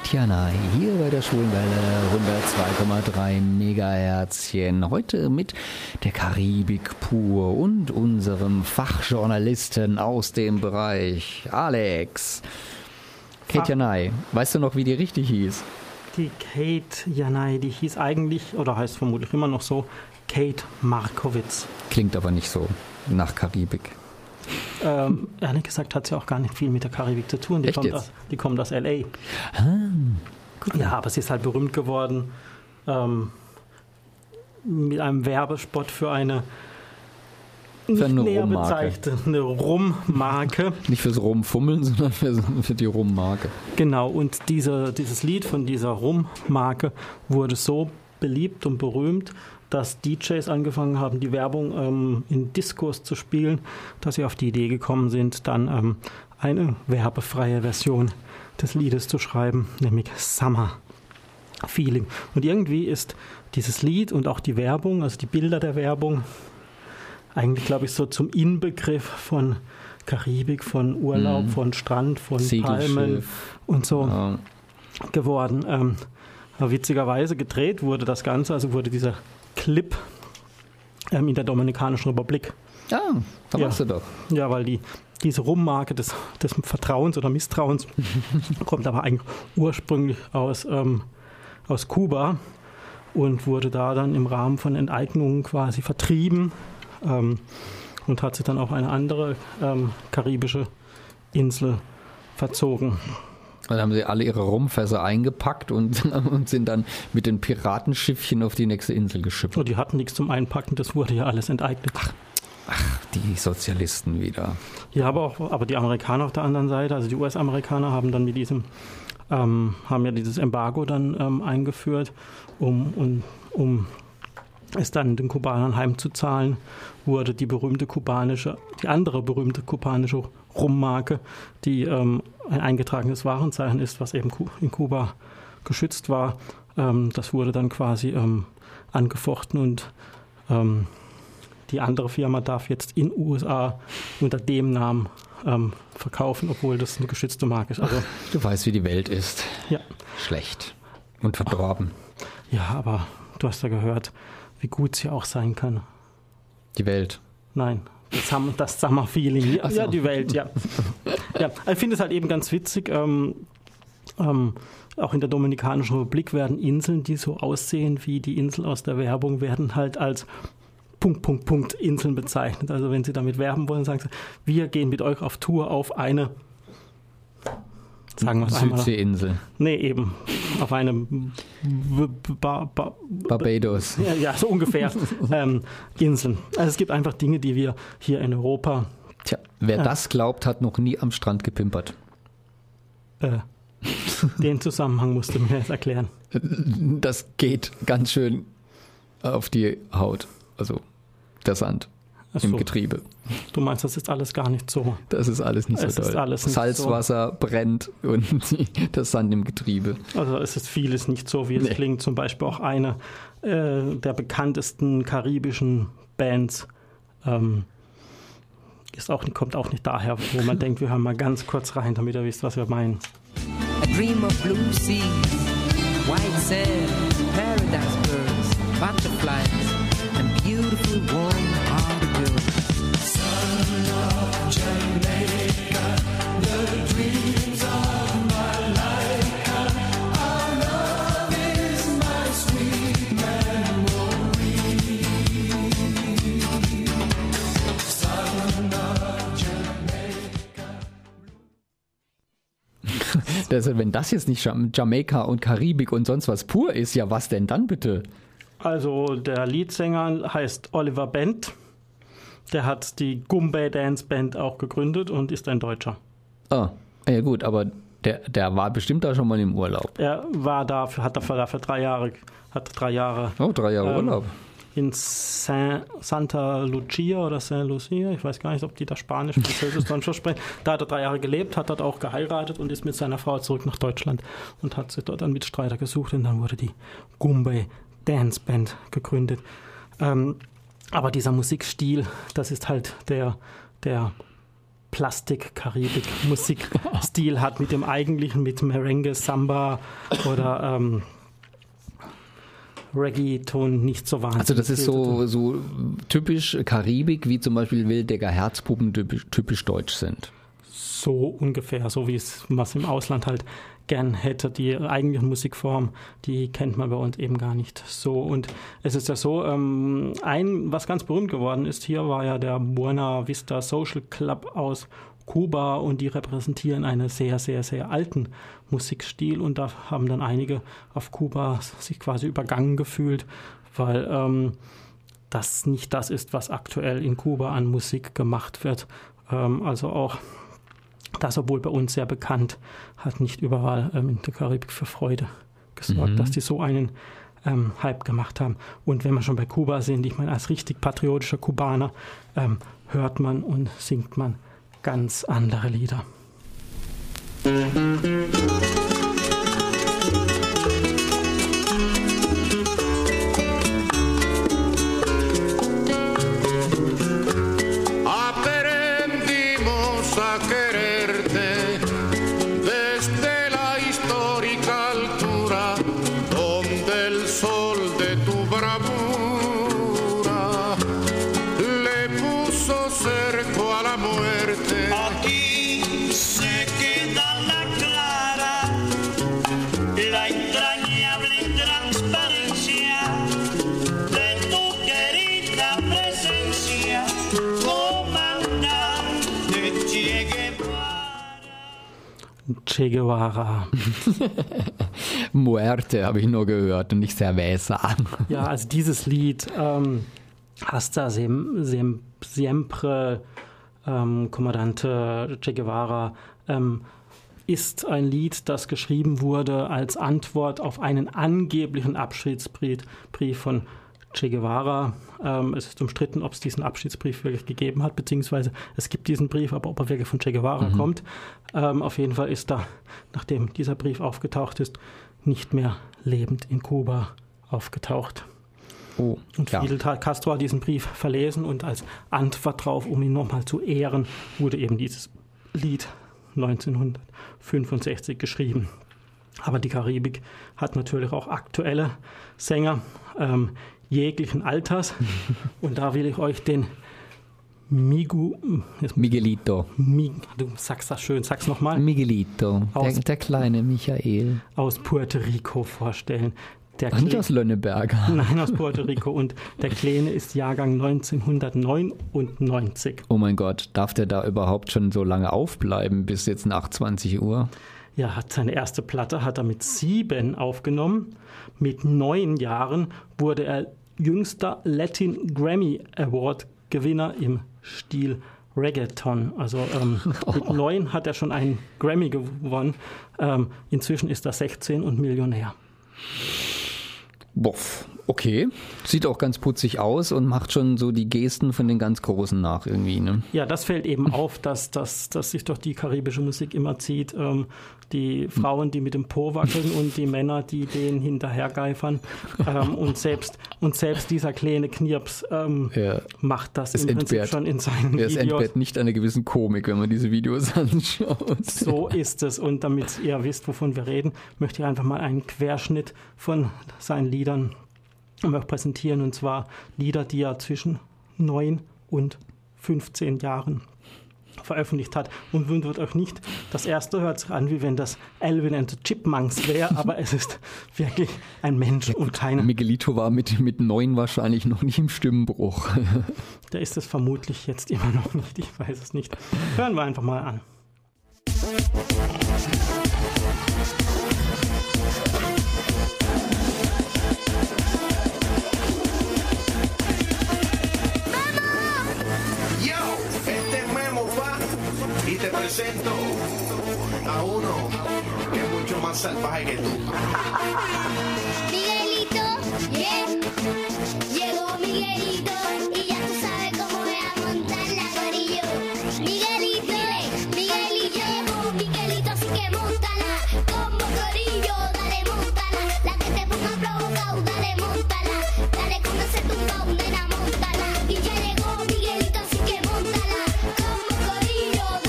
Ketjanai hier bei der Schwulenwelle hundertzwei Komma drei Megaherzchen. Heute mit der Karibik pur und unserem Fachjournalisten aus dem Bereich, Alex. Ketjanai, weißt du noch, wie die richtig hieß? Die Kate Janai, die hieß eigentlich, oder heißt vermutlich immer noch so, Kate Markowitz. Klingt aber nicht so nach Karibik. Ähm, ehrlich gesagt hat sie auch gar nicht viel mit der Karibik zu tun. Die, Echt kommt jetzt? aus, die kommt aus L A. Ah, Ja, aber sie ist halt berühmt geworden ähm, mit einem Werbespot für eine nicht eine näher Rummarke. bezeichnete Rummarke. Nicht fürs Rumfummeln, sondern für, für die Rummarke. Genau, und diese, dieses Lied von dieser Rummarke wurde so beliebt und berühmt, dass D Js angefangen haben, die Werbung ähm, in Diskos zu spielen, dass sie auf die Idee gekommen sind, dann ähm, eine werbefreie Version des Liedes zu schreiben, nämlich Summer Feeling. Und irgendwie ist dieses Lied und auch die Werbung, also die Bilder der Werbung, eigentlich, glaube ich, so zum Inbegriff von Karibik, von Urlaub, Mhm. von Strand, von Segelschiff. Palmen und so Ja. geworden. Ähm, aber witzigerweise gedreht wurde das Ganze, also wurde dieser Clip ähm, in der Dominikanischen Republik. Ja, da Ja. warst du doch. Ja, weil die, diese Rummarke des, des Vertrauens oder Misstrauens kommt aber eigentlich ursprünglich aus, ähm, aus Kuba und wurde da dann im Rahmen von Enteignungen quasi vertrieben ähm, und hat sich dann auf eine andere ähm, karibische Insel verzogen. Dann haben sie alle ihre Rumfässer eingepackt und, und sind dann mit den Piratenschiffchen auf die nächste Insel geschippt. Und die hatten nichts zum Einpacken, das wurde ja alles enteignet. Die Sozialisten wieder. Ja, aber auch aber die Amerikaner auf der anderen Seite, also die U S-Amerikaner haben dann mit diesem, ähm, haben ja dieses Embargo dann ähm, eingeführt, um, um, um es dann den Kubanern heimzuzahlen, wurde die berühmte kubanische, die andere berühmte kubanische Rummarke, die ähm, ein eingetragenes Warenzeichen ist, was eben Ku- in Kuba geschützt war, ähm, das wurde dann quasi ähm, angefochten und ähm, die andere Firma darf jetzt in U S A unter dem Namen ähm, verkaufen, obwohl das eine geschützte Marke ist. Also, Du weißt, wie die Welt ist. ja. Schlecht. Und verdorben. ja, aber du hast ja gehört, wie gut sie auch sein kann. Die Welt. Nein, das, Sum- das Summer-Feeling. Ja, Ach so. ja, die Welt, ja. ja. Ich finde es halt eben ganz witzig. Ähm, ähm, auch in der Dominikanischen Republik werden Inseln, die so aussehen wie die Insel aus der Werbung, werden halt als Punkt, Punkt, Punkt Inseln bezeichnet. Also wenn sie damit werben wollen, sagen sie, wir gehen mit euch auf Tour auf eine, sagen wir es einmal. Südseeinsel. Nee, eben. Auf eine B- ba, ba, Barbados. ja, ja, so ungefähr ähm, Inseln. Also es gibt einfach Dinge, die wir hier in Europa Tja, wer Ja. das glaubt, hat noch nie am Strand gepimpert. äh, den Zusammenhang musst du mir jetzt erklären. Das geht ganz schön auf die Haut. Also der Sand Ach im so. Getriebe. Du meinst, das ist alles gar nicht so. Das ist alles nicht Es so ist toll. alles nicht Salzwasser brennt und die, das Sand im Getriebe. Also es ist vieles nicht so, wie es Nee. klingt. Zum Beispiel auch eine äh, der bekanntesten karibischen Bands ähm, ist auch, kommt auch nicht daher, wo man denkt, wir hören mal ganz kurz rein, damit ihr wisst, was wir meinen. A dream of blue seas, white sand, paradise birds, butterflies, and beautiful warm-hearted girls. Son of Jamaica, the dreams of my life. Our love is my sweet memory. Son of Jamaica. Das, wenn das jetzt nicht Jam- Jamaika und Karibik und sonst was pur ist, ja was denn dann bitte? Also der Leadsänger heißt Oliver Bent. Der hat die Goombay Dance Band auch gegründet und ist ein Deutscher. Ah, ja gut, aber der, der war bestimmt da schon mal im Urlaub. Er war da, für, hat dafür, dafür drei Jahre, hat drei Jahre Oh, drei Jahre Ähm, Urlaub. in Saint, Santa Lucia oder Saint Lucia, ich weiß gar nicht, ob die da Spanisch, Französisch, dann schon sprechen. Da hat er drei Jahre gelebt, hat dort auch geheiratet und ist mit seiner Frau zurück nach Deutschland und hat sich dort einen Mitstreiter gesucht und dann wurde die Goombay Dance Band gegründet. Ähm, aber dieser Musikstil, das ist halt der, der Plastik-Karibik-Musikstil hat mit dem eigentlichen, mit Merengue, Samba oder ähm, Reggaeton nicht so wahnsinnig. Also das ist so, so typisch Karibik, wie zum Beispiel Wildecker Herzpuppen typisch, typisch deutsch sind. So ungefähr, so wie es man es im Ausland halt gern hätte. Die eigentliche Musikform, die kennt man bei uns eben gar nicht so. Und es ist ja so, ähm, ein, was ganz berühmt geworden ist hier, war ja der Buena Vista Social Club aus Kuba und die repräsentieren einen sehr, sehr, sehr alten Musikstil und da haben dann einige auf Kuba sich quasi übergangen gefühlt, weil ähm, das nicht das ist, was aktuell in Kuba an Musik gemacht wird. Ähm, also auch das, obwohl bei uns sehr bekannt, hat nicht überall ähm, in der Karibik für Freude gesorgt, mhm. dass die so einen ähm, Hype gemacht haben. Und wenn wir schon bei Kuba sind, ich meine, als richtig patriotischer Kubaner ähm, hört man und singt man ganz andere Lieder. Aprendimos a quererte desde la histórica altura donde el sol de tu bravura le puso cerco a la muerte. Aquí se queda la clara, la entrañable transparencia de tu querida presencia, comandante Che Guevara. Che Guevara. Muerte habe ich nur gehört und nicht Cerveza. Ja, also dieses Lied ähm, Hasta sem, sem, siempre ähm, Comandante Che Guevara ähm, ist ein Lied, das geschrieben wurde als Antwort auf einen angeblichen Abschiedsbrief Brief von Che Guevara. Ähm, es ist umstritten, ob es diesen Abschiedsbrief wirklich gegeben hat, beziehungsweise es gibt diesen Brief, aber ob er wirklich von Che Guevara mhm. kommt. Ähm, auf jeden Fall ist er, nachdem dieser Brief aufgetaucht ist, nicht mehr lebend in Kuba aufgetaucht. Oh, und ja. Fidel Castro hat diesen Brief verlesen und als Antwort drauf, um ihn nochmal zu ehren, wurde eben dieses Lied neunzehnhundertfünfundsechzig geschrieben. Aber die Karibik hat natürlich auch aktuelle Sänger ähm, jeglichen Alters. Und da will ich euch den Migu... Miguelito. Mi, du sagst das schön, sag's nochmal. Miguelito, der, der kleine Michael. Aus Puerto Rico vorstellen. Der Ach, nicht aus Lönneberger. Nein, aus Puerto Rico. Und der Kleine ist Jahrgang neunzehnhundertneunundneunzig. Oh mein Gott, darf der da überhaupt schon so lange aufbleiben, bis jetzt nach zwanzig Uhr? Ja, hat seine erste Platte hat er mit sieben aufgenommen. Mit neun Jahren wurde er jüngster Latin Grammy Award Gewinner im Stil Reggaeton. Also ähm, mit neun hat er schon einen Grammy gewonnen. Ähm, inzwischen ist er sechzehn und Millionär. Boff, okay. Sieht auch ganz putzig aus und macht schon so die Gesten von den ganz Großen nach irgendwie, ne? Ja, das fällt eben auf, dass, dass, dass sich doch die karibische Musik immer zieht. Ähm, die Frauen, die mit dem Po wackeln und die Männer, die denen hinterhergeifern. Ähm, und, selbst, und selbst dieser kleine Knirps ähm, ja. macht das es im Prinzip entbehrt, schon in seinen ja, es Videos. Es entbehrt nicht einer gewissen Komik, wenn man diese Videos anschaut. So ist es. Und damit ihr wisst, wovon wir reden, möchte ich einfach mal einen Querschnitt von seinen Liedern präsentieren. Und zwar Lieder, die er zwischen neun und fünfzehn Jahren veröffentlicht hat. Und wundert euch nicht, das erste hört sich an, wie wenn das Alvin and the Chipmunks wäre, aber es ist wirklich ein Mensch ja, und keine... Miguelito war mit, mit neun wahrscheinlich noch nicht im Stimmbruch. Der ist es vermutlich jetzt immer noch nicht, ich weiß es nicht. Hören wir einfach mal an. Y te presento a uno que es mucho más salvaje que tú. Miguelito, yeah. Llegó Miguelito y ya tú sabes cómo voy a montar la corillo. Miguelito, Miguelito, llegó Miguelito, así que montala como corillo, dale montala. La que te ponga provocado, dale montala. Dale con ese tumbao, nena, montala. Y ya llegó Miguelito, así que montala como corillo.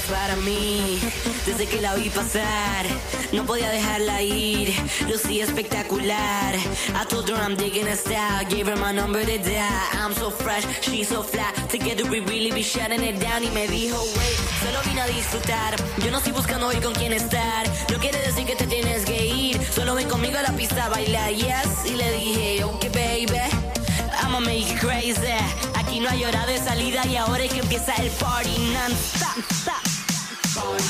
eras para mí. Desde que la vi pasar, no podía dejarla ir. Lucía espectacular. I told her I'm digging her style. Gave her my number to dial. I'm so fresh, she's so flat. Together we really be shutting it down. Y me dijo, wait, solo vine a disfrutar. Yo no estoy buscando hoy con quién estar. No quiere decir que te tienes que ir. Solo ven conmigo a la pista a bailar, yes. Y le dije, okay baby, I'ma make you crazy. Aquí no hay hora de salida y ahora es que empieza el party non-stop. Stop. Party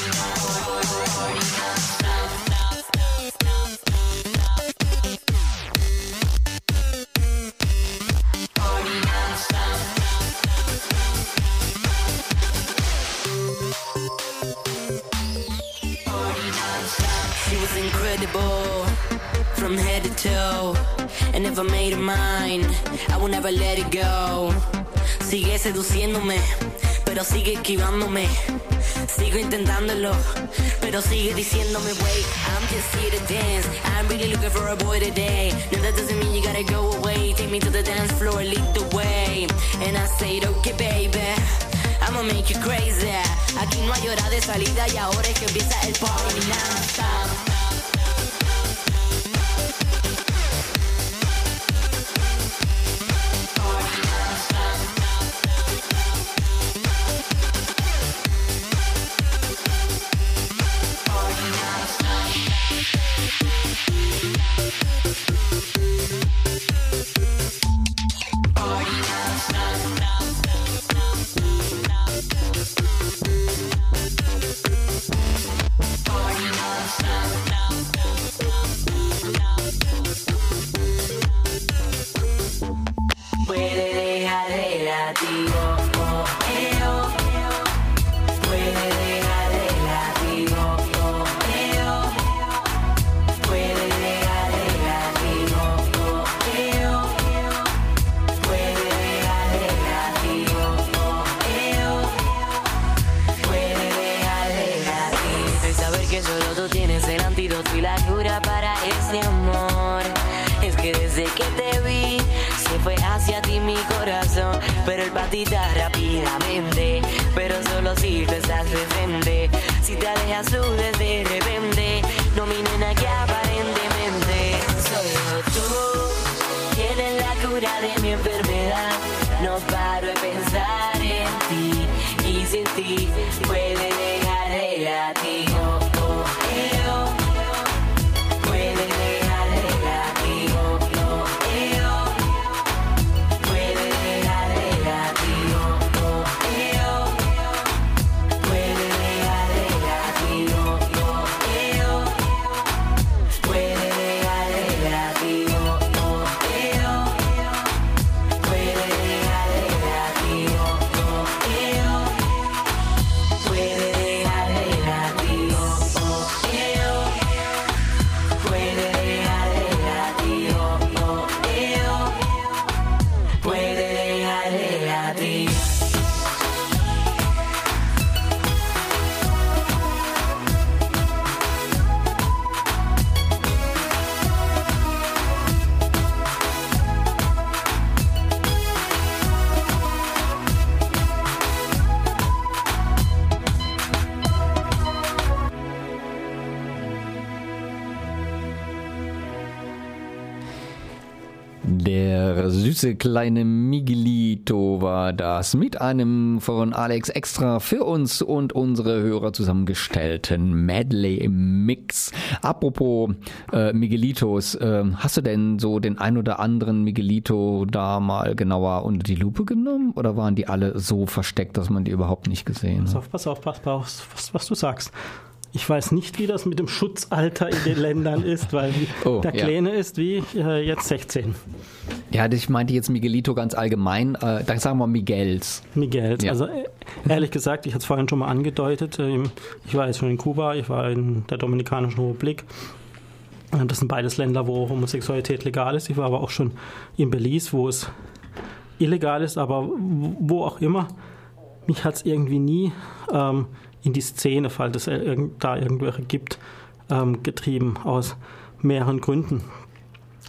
She was incredible from head to toe. And if I made her mine, I would never let it go. Sigue seduciéndome, pero sigue esquivándome. Sigo intentándolo, pero sigue diciéndome, wait, I'm just here to dance. I'm really looking for a boy today. No, that doesn't mean you gotta go away. Take me to the dance floor, lead the way. And I said, okay baby, I'ma make you crazy. Aquí no hay hora de salida y ahora es que empieza el party non-stop. Pero el patita rápidamente, pero solo si tú estás presente. Si te alejas tú desde repente, no mi nena que aparentemente solo tú tienes la cura de mi enfermedad. No paro de pensar en ti y sin ti puede dejar de latir. Oh, oh, eh, oh. Puede dejar de latir. Oh, oh, eh, oh. Der süße kleine Miguelito war das mit einem von Alex extra für uns und unsere Hörer zusammengestellten Medley-Mix. Apropos äh, Miguelitos, äh, hast du denn so den ein oder anderen Miguelito da mal genauer unter die Lupe genommen oder waren die alle so versteckt, dass man die überhaupt nicht gesehen Pass hat? auf, pass auf, pass auf, was, was du sagst. Ich weiß nicht, wie das mit dem Schutzalter in den Ländern ist, weil oh, der Kleine ja. ist wie äh, jetzt sechzehn. Ja, ich meinte jetzt Miguelito ganz allgemein. Äh, da sagen wir Miguels. Miguels. Ja. Also äh, ehrlich gesagt, ich hatte es vorhin schon mal angedeutet. Äh, ich war jetzt schon in Kuba, ich war in der Dominikanischen Republik. Das sind beides Länder, wo Homosexualität legal ist. Ich war aber auch schon in Belize, wo es illegal ist, aber wo auch immer. Mich hat es irgendwie nie ähm, in die Szene, falls es da irgendwelche gibt, ähm, getrieben, aus mehreren Gründen.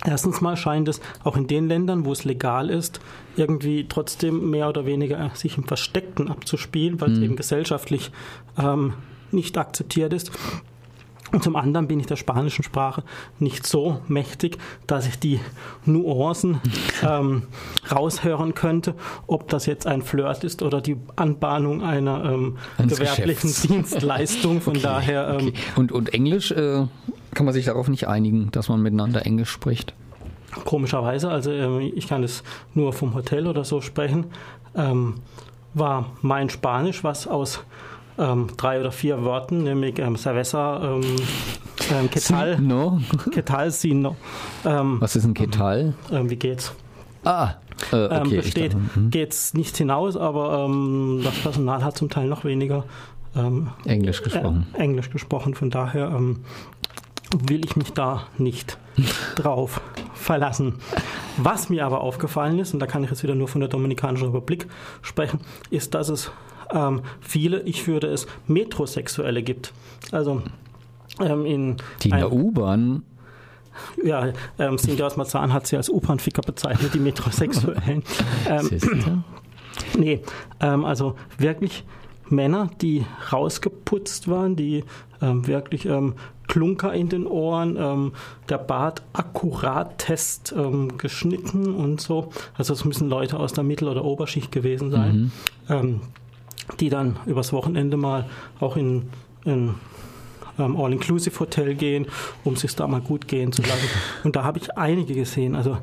Erstens mal scheint es auch in den Ländern, wo es legal ist, irgendwie trotzdem mehr oder weniger sich im Versteckten abzuspielen, weil es Mhm. eben gesellschaftlich ähm, nicht akzeptiert ist. Und zum anderen bin ich der spanischen Sprache nicht so mächtig, dass ich die Nuancen ähm, raushören könnte, ob das jetzt ein Flirt ist oder die Anbahnung einer ähm, Eines gewerblichen Geschäfts. Dienstleistung. Von Okay, daher ähm, okay. Und, und Englisch, äh, kann man sich darauf nicht einigen, dass man miteinander Englisch spricht? komischerweise, also ähm, ich kann es nur vom Hotel oder so sprechen, ähm, war mein Spanisch, was aus ähm, drei oder vier Wörtern, nämlich ähm, Cerveza, ähm, ähm, ¿Qué tal? No? ¿Qué tal? Sí, no. Ähm, Was ist ein Ketal? ähm, wie geht's? Ah, äh, okay. ähm, ich besteht, dachte, hm. geht's nicht hinaus, aber ähm, das Personal hat zum Teil noch weniger ähm, Englisch gesprochen. Äh, Englisch gesprochen, von daher ähm, will ich mich da nicht drauf verlassen. Was mir aber aufgefallen ist, und da kann ich jetzt wieder nur von der Dominikanischen Republik sprechen, ist, dass es ähm, viele, ich würde es Metrosexuelle gibt. Also ähm, in Die in ein- der U-Bahn. ja, ähm, Cindy aus Marzahn hat sie als U-Bahn-Ficker bezeichnet, die Metrosexuellen. Ähm, Siehste? nee, ähm, also wirklich Männer, die rausgeputzt waren, die ähm, wirklich ähm, Klunker in den Ohren, ähm, der Bart akkuratest ähm, geschnitten und so. Also es müssen Leute aus der Mittel- oder Oberschicht gewesen sein, Mhm. ähm, die dann übers Wochenende mal auch in, in ähm, All-Inclusive-Hotel gehen, um es sich da mal gut gehen zu lassen. Und da habe ich einige gesehen. Also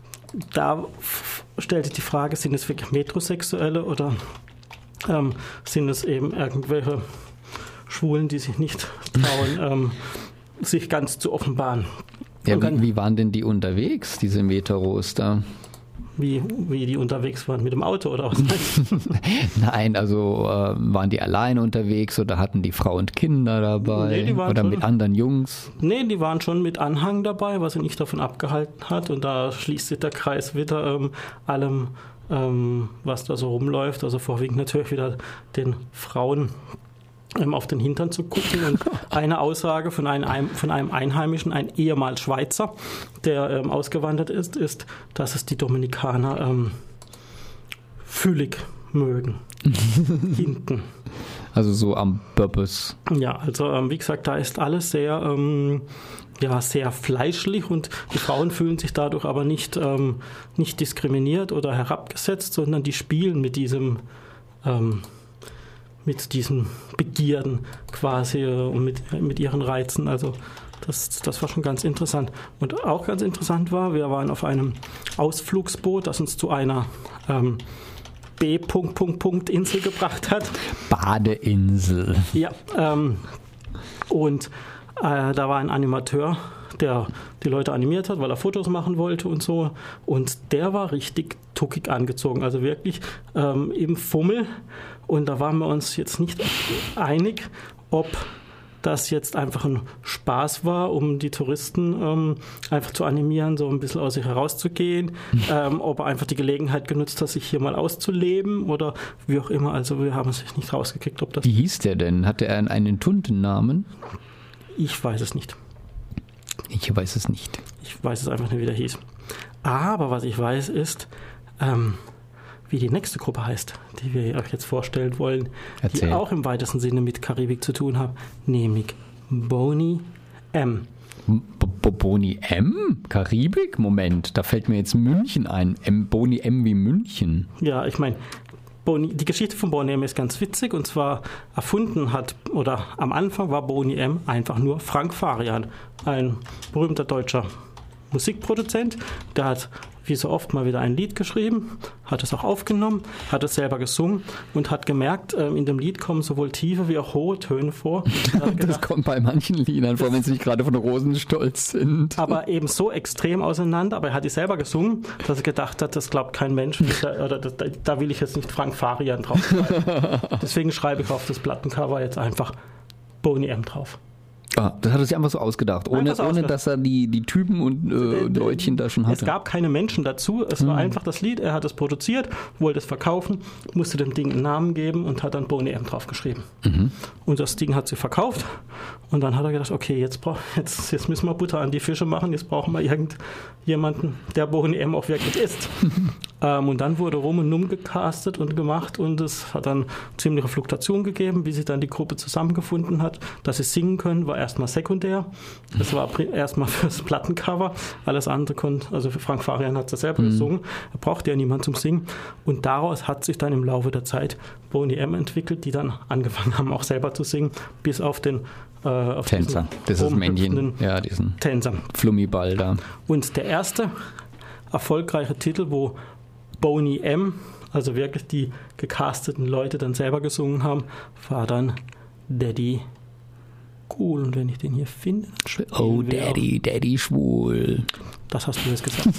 da f- stellte die Frage, sind es wirklich Metrosexuelle oder ähm, sind es eben irgendwelche Schwulen, die sich nicht trauen, ähm, sich ganz zu offenbaren. Ja, Und dann- wie, wie waren denn die unterwegs, diese Meteros da? Wie, wie die unterwegs waren, mit dem Auto oder was? Nein, also äh, waren die alleine unterwegs oder hatten die Frau und Kinder dabei? Nee, die waren oder schon- mit anderen Jungs? Nee, die waren schon mit Anhang dabei, was sie nicht davon abgehalten hat. Und da schließt sich der Kreis wieder ähm, allem, ähm, was da so rumläuft. Also vorwiegend natürlich wieder den Frauen ähm, auf den Hintern zu gucken. Und eine Aussage von einem, von einem Einheimischen, ein ehemals Schweizer, der ähm, ausgewandert ist, ist, dass es die Dominikaner ähm, füllig mögen. Hinten. Also so am Böbbes. Ja, also ähm, wie gesagt, da ist alles sehr, ähm, ja, sehr fleischlich und die Frauen fühlen sich dadurch aber nicht, ähm, nicht diskriminiert oder herabgesetzt, sondern die spielen mit diesem, ähm, mit diesen Begierden quasi äh, und mit, mit ihren Reizen. Also das, das war schon ganz interessant. Und auch ganz interessant war, wir waren auf einem Ausflugsboot, das uns zu einer ähm, B. Insel gebracht hat. Badeinsel. Ja, ähm, und äh, da war ein Animateur, der die Leute animiert hat, weil er Fotos machen wollte und so. Und der war richtig tuckig angezogen, also wirklich ähm, im Fummel. Und da waren wir uns jetzt nicht einig, ob das jetzt einfach ein Spaß war, um die Touristen ähm, einfach zu animieren, so ein bisschen aus sich herauszugehen, ähm, ob er einfach die Gelegenheit genutzt hat, sich hier mal auszuleben oder wie auch immer. Also wir haben es nicht rausgekriegt, ob das... Wie hieß der denn? Hatte er einen Tuntennamen? Ich weiß es nicht. Ich weiß es nicht. Ich weiß es einfach nicht, wie der hieß. Aber was ich weiß ist, ähm, wie die nächste Gruppe heißt, die wir euch jetzt vorstellen wollen, Erzähl. die auch im weitesten Sinne mit Karibik zu tun haben, nämlich Boney M. B B Boni M? Karibik? Moment, da fällt mir jetzt München ein. M Boni M wie München. Ja, ich meine, Boney, die Geschichte von Boney M ist ganz witzig und zwar erfunden hat, oder am Anfang war Boney M einfach nur Frank Farian, ein berühmter deutscher Musikproduzent, der hat wie so oft mal wieder ein Lied geschrieben, hat es auch aufgenommen, hat es selber gesungen und hat gemerkt, ähm, in dem Lied kommen sowohl tiefe wie auch hohe Töne vor. Das kommt bei manchen Liedern vor, wenn sie nicht gerade von Rosenstolz sind. Aber eben so extrem auseinander, aber er hat die selber gesungen, dass er gedacht hat, das glaubt kein Mensch, da, oder da, da will ich jetzt nicht Frank Farian drauf schreiben. Deswegen schreibe ich auf das Plattencover jetzt einfach Boney M drauf. Ah, das hat er sich einfach so ausgedacht, ohne, Einfach so ohne ausgedacht. dass er die, die Typen und äh, Leutchen da schon Es hatte. gab keine Menschen dazu, es war Mhm. einfach das Lied, er hat es produziert, wollte es verkaufen, musste dem Ding einen Namen geben und hat dann Boney M draufgeschrieben. Mhm. Und das Ding hat sie verkauft Und dann hat er gedacht, okay, jetzt, brauch, jetzt, jetzt müssen wir Butter an die Fische machen, jetzt brauchen wir irgendjemanden, der Boney M. auch wirklich ist. ähm, und dann wurde rum und um gecastet und gemacht und es hat dann ziemliche Fluktuation gegeben, wie sich dann die Gruppe zusammengefunden hat. Dass sie singen können, war erstmal sekundär. Das war erstmal fürs Plattencover. Alles andere konnte, also für Frank Farian hat es selber mhm. gesungen. Er brauchte ja niemanden zum Singen. Und daraus hat sich dann im Laufe der Zeit Boney M. entwickelt, die dann angefangen haben, auch selber zu singen, bis auf den äh, auf Tänzer, das ist Männchen, ja, diesen Tänzer. Flummiball da. Und der erste erfolgreiche Titel, wo Boney M., also wirklich die gecasteten Leute dann selber gesungen haben, war dann Daddy Cool. Und wenn ich den hier finde, dann oh, Daddy, wir. Daddy schwul. Das hast du jetzt gesagt.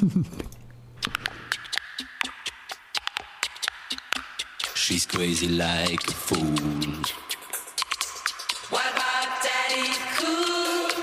She's crazy like a fool. What about Daddy Cool?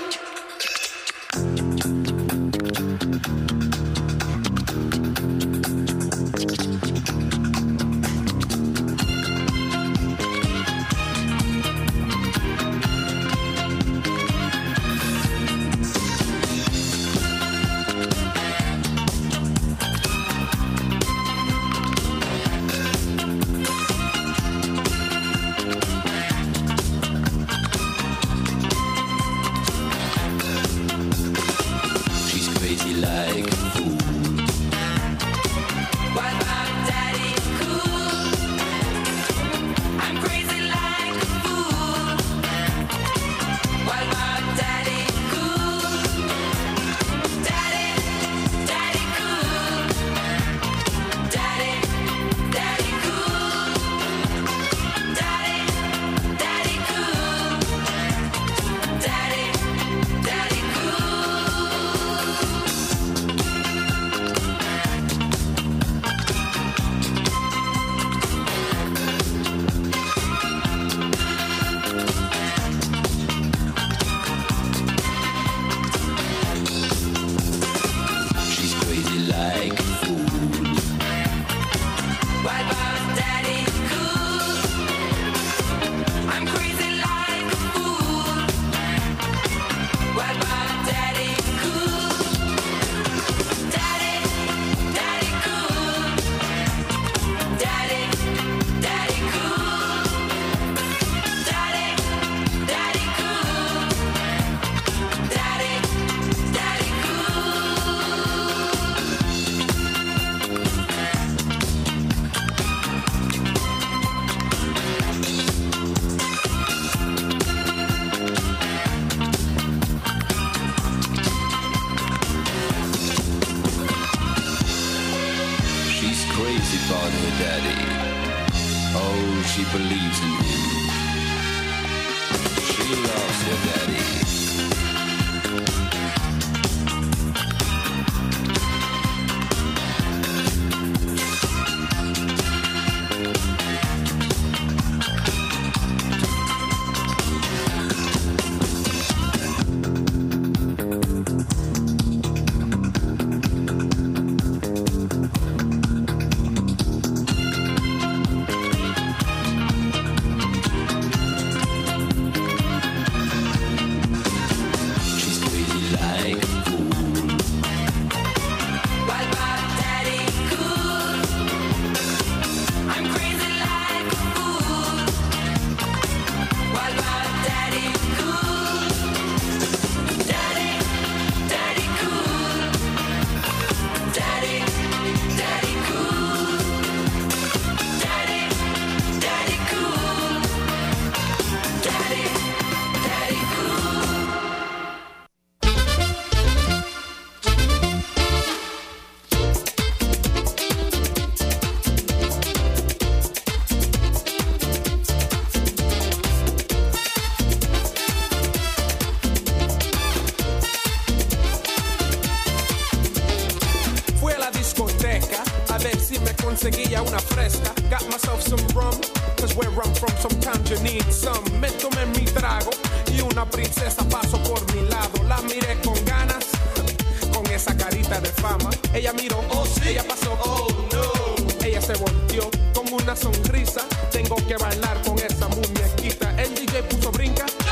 conseguía una fresca. Got myself some rum, cause where I'm from sometimes you need some. Me tomé mi trago y una princesa pasó por mi lado. La miré con ganas, con esa carita de fama. Ella miró, oh sí, ella pasó, oh no. Ella se volteó con una sonrisa. Tengo que bailar con esa muñequita. El D J puso brinca y enseguida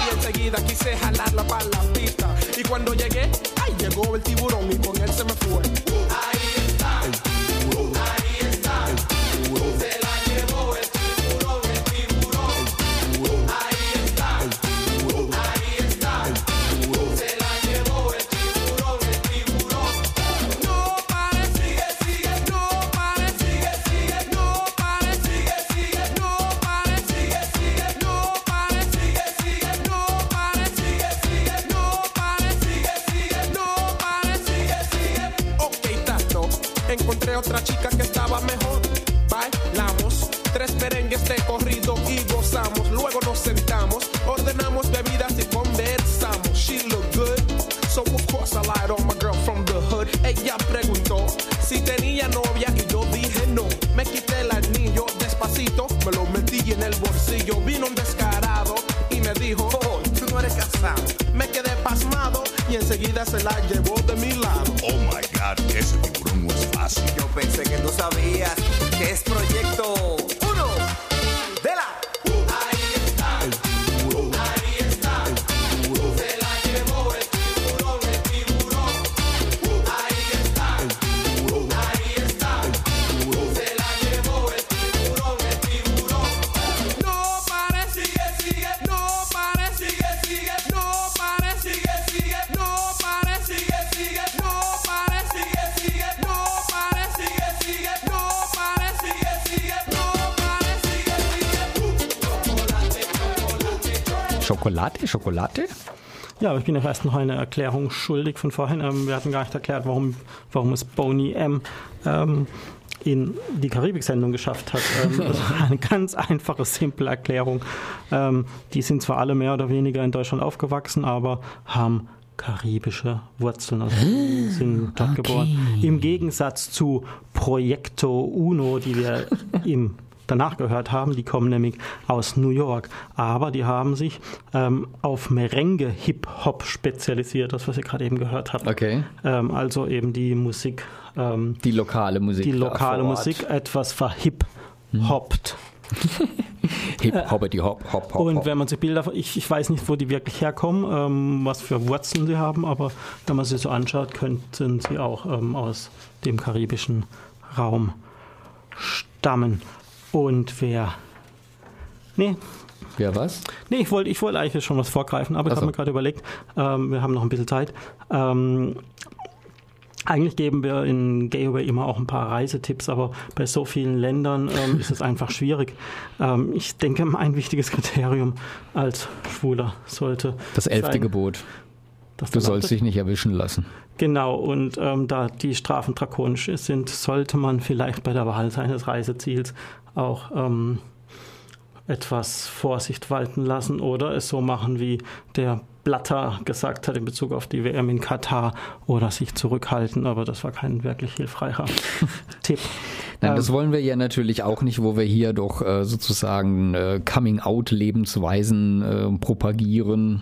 enseguida quise jalarla para la pista. Y cuando llegué, ay, llegó el tiburón y con él se me fue. Ahí está, el tiburón. Ahí está, el tiburón. Se la llevó el tiburón, el tiburón. El tiburón. Ahí está, el tiburón. Ahí está, el tiburón. Se la llevó el tiburón, el tiburón. No pare, sigue, sigue, no pare, sigue, sigue, no pare, sigue, sigue, no pare, sigue, sigue, no pare, sigue, sigue, no pare, sigue, sigue, no pare, sigue, sigue, no pare, sigue, sigue. Ok, tato, encontré otra chica que estaba mejor. Bailamos tres merengues de corrido y gozamos. Luego nos sentamos, ordenamos bebidas y conversamos. She looked good, so of course I lied on my girl from the hood. Ella preguntó si tenía novia y yo dije no. Me quité el anillo despacito, me lo metí en el bolsillo. Vino un descarado y me dijo, oh, tú no eres casado. Me quedé pasmado y enseguida se la llevó de mi lado. Oh my God, ese tiburón no es fácil. Yo pensé que tú sabías que es proyecto uno de la. Ahí está, El tiburón. ahí está, El tiburón. se la llevó el tiburón, el tiburón. Ahí está, El tiburón. ahí está, El tiburón. se la llevó el tiburón, el tiburón. No pare, sigue, sigue, no pare, sigue, sigue, no pare, sigue, sigue, no pare, sigue, sigue, no pare, sigue, sigue, no pare, sigue, sigue, no pare, sigue, sigue, no pare, sigue, sigue. Schokolade, Schokolade? Ja, aber ich bin ja erst noch eine Erklärung schuldig von vorhin. Ähm, wir hatten gar nicht erklärt, warum, warum es Boney M. Ähm, in die Karibik-Sendung geschafft hat. Ähm, das war eine ganz einfache, simple Erklärung. Ähm, die sind zwar alle mehr oder weniger in Deutschland aufgewachsen, aber haben karibische Wurzeln, also sind dort Okay. geboren. Im Gegensatz zu Proyecto Uno, die wir im danach gehört haben, die kommen nämlich aus New York, aber die haben sich ähm, auf Merengue-Hip-Hop spezialisiert, das was ihr gerade eben gehört habt. Okay. Ähm, also eben die Musik, ähm, Die lokale Musik. die da lokale vor Ort. Musik etwas verhip-hoppt. Hip, hoppity, hop, hop, hop. Und hop. wenn man sich Bilder, ich, ich weiß nicht, wo die wirklich herkommen, ähm, was für Wurzeln sie haben, aber wenn man sie so anschaut, könnten sie auch ähm, aus dem karibischen Raum stammen. Und wer... Nee, Wer was? Nee, ich wollte ich wollte eigentlich schon was vorgreifen, aber ich Ach so. habe mir gerade überlegt, ähm, wir haben noch ein bisschen Zeit. Ähm, eigentlich geben wir in Gayaway immer auch ein paar Reisetipps, aber bei so vielen Ländern ähm, ist es einfach schwierig. Ähm, ich denke, ein wichtiges Kriterium als Schwuler sollte Das elfte sein, Gebot. dass Du der sollst Laute- dich nicht erwischen lassen. Genau, und ähm, da die Strafen drakonisch sind, sollte man vielleicht bei der Wahl seines Reiseziels auch ähm, etwas Vorsicht walten lassen oder es so machen, wie der Blatter gesagt hat in Bezug auf die W M in Katar, oder sich zurückhalten, aber das war kein wirklich hilfreicher Tipp. Nein, Ähm, das wollen wir ja natürlich auch nicht, wo wir hier doch äh, sozusagen äh, Coming-out-Lebensweisen äh, propagieren.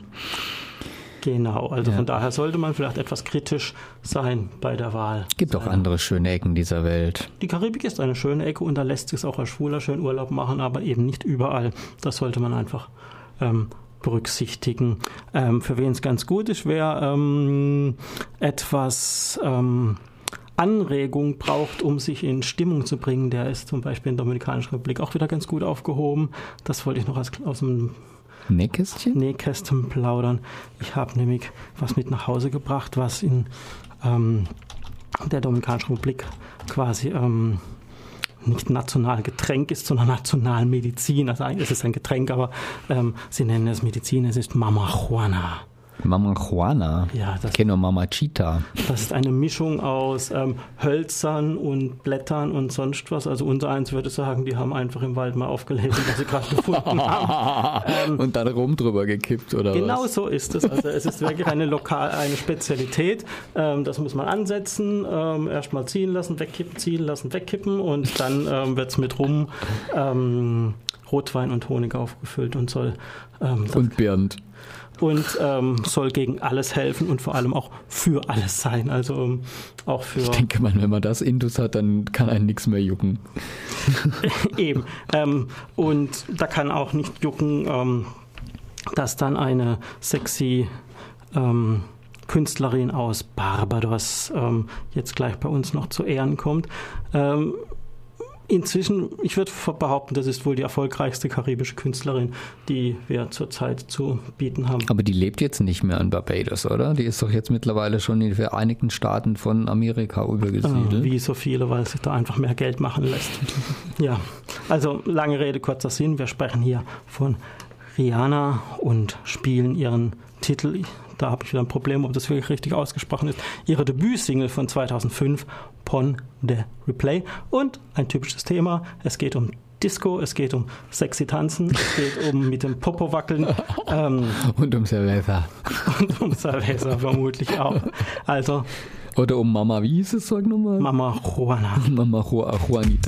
Genau, also Ja. von daher sollte man vielleicht etwas kritisch sein bei der Wahl. Gibt auch andere schöne Ecken dieser Welt. Die Karibik ist eine schöne Ecke und da lässt sich auch als Schwuler schön Urlaub machen, aber eben nicht überall. Das sollte man einfach ähm, berücksichtigen. Ähm, für wen es ganz gut ist, wer ähm, etwas ähm, Anregung braucht, um sich in Stimmung zu bringen, der ist zum Beispiel in der Dominikanischen Republik auch wieder ganz gut aufgehoben. Das wollte ich noch als, aus dem Nähkästchen? Nähkästchen plaudern. Ich habe nämlich was mit nach Hause gebracht, was in ähm, der Dominikanischen Republik quasi ähm, nicht national Getränk ist, sondern Nationalmedizin. Also eigentlich ist es ein Getränk, aber ähm, sie nennen es Medizin. Es ist Mama Juana. Mama Juana. Ja, das- Ich kenne nur Mama Cheetah. Das ist eine Mischung aus ähm, Hölzern und Blättern und sonst was. Also unser eins würde sagen, die haben einfach im Wald mal aufgelesen, was sie gerade gefunden haben. Ähm, Und dann rum drüber gekippt, oder Genau was? so ist es. Also es ist wirklich eine lokal, eine Spezialität. Ähm, das muss man ansetzen, ähm, erstmal ziehen lassen, wegkippen, ziehen lassen, wegkippen und dann ähm, wird es mit Rum, ähm, Rotwein und Honig aufgefüllt und soll ähm, Und Bernd. und ähm, soll gegen alles helfen und vor allem auch für alles sein. Also ähm, auch für Ich denke mal, wenn man das Intus hat, dann kann einen nichts mehr jucken. eben. Ähm, und da kann auch nicht jucken, ähm, dass dann eine sexy ähm, Künstlerin aus Barbados ähm, jetzt gleich bei uns noch zu Ehren kommt. Ähm, inzwischen, ich würde behaupten, das ist wohl die erfolgreichste karibische Künstlerin, die wir zurzeit zu bieten haben. Aber die lebt jetzt nicht mehr in Barbados, oder? Die ist doch jetzt mittlerweile schon in den Vereinigten Staaten von Amerika übergesiedelt. Äh, wie so viele, weil sich da einfach mehr Geld machen lässt. Ja, also lange Rede, kurzer Sinn. Wir sprechen hier von Rihanna und spielen ihren Titel, da habe ich wieder ein Problem, ob das wirklich richtig ausgesprochen ist, ihre Debütsingle von zweitausendfünf, Pon de Replay. Und ein typisches Thema, es geht um Disco, es geht um sexy Tanzen, es geht um mit dem Popo wackeln. Ähm, und um Cerveza. Und um Cerveza vermutlich auch. Also, oder um Mama, wie hieß es, sag nochmal? Mama Juana. Mama Ju- Juanita.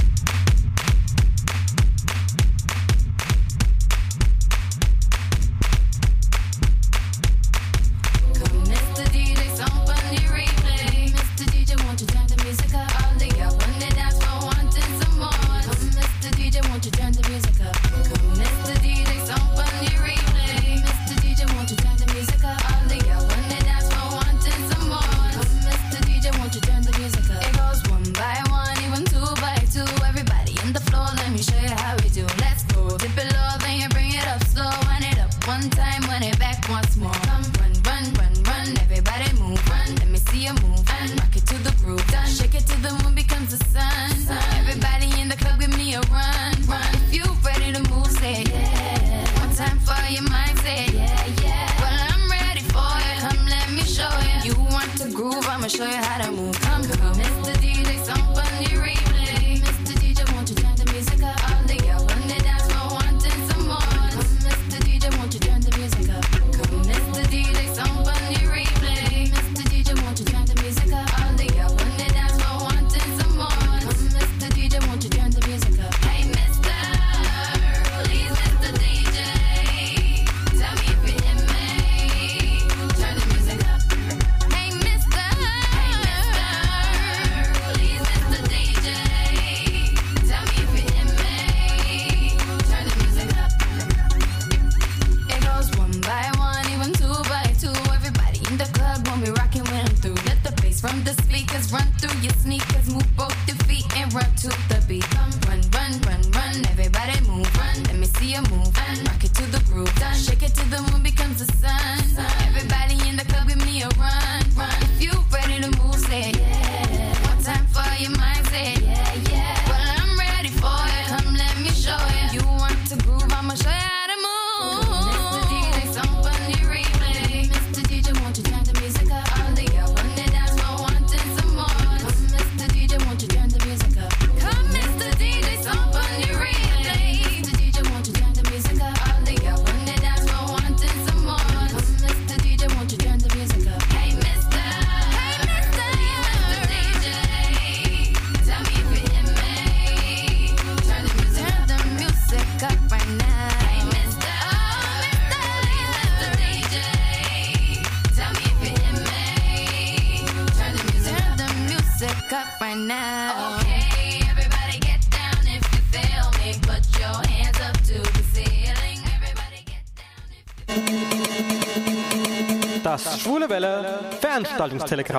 Das Schwule Welle Veranstaltungstelegramm.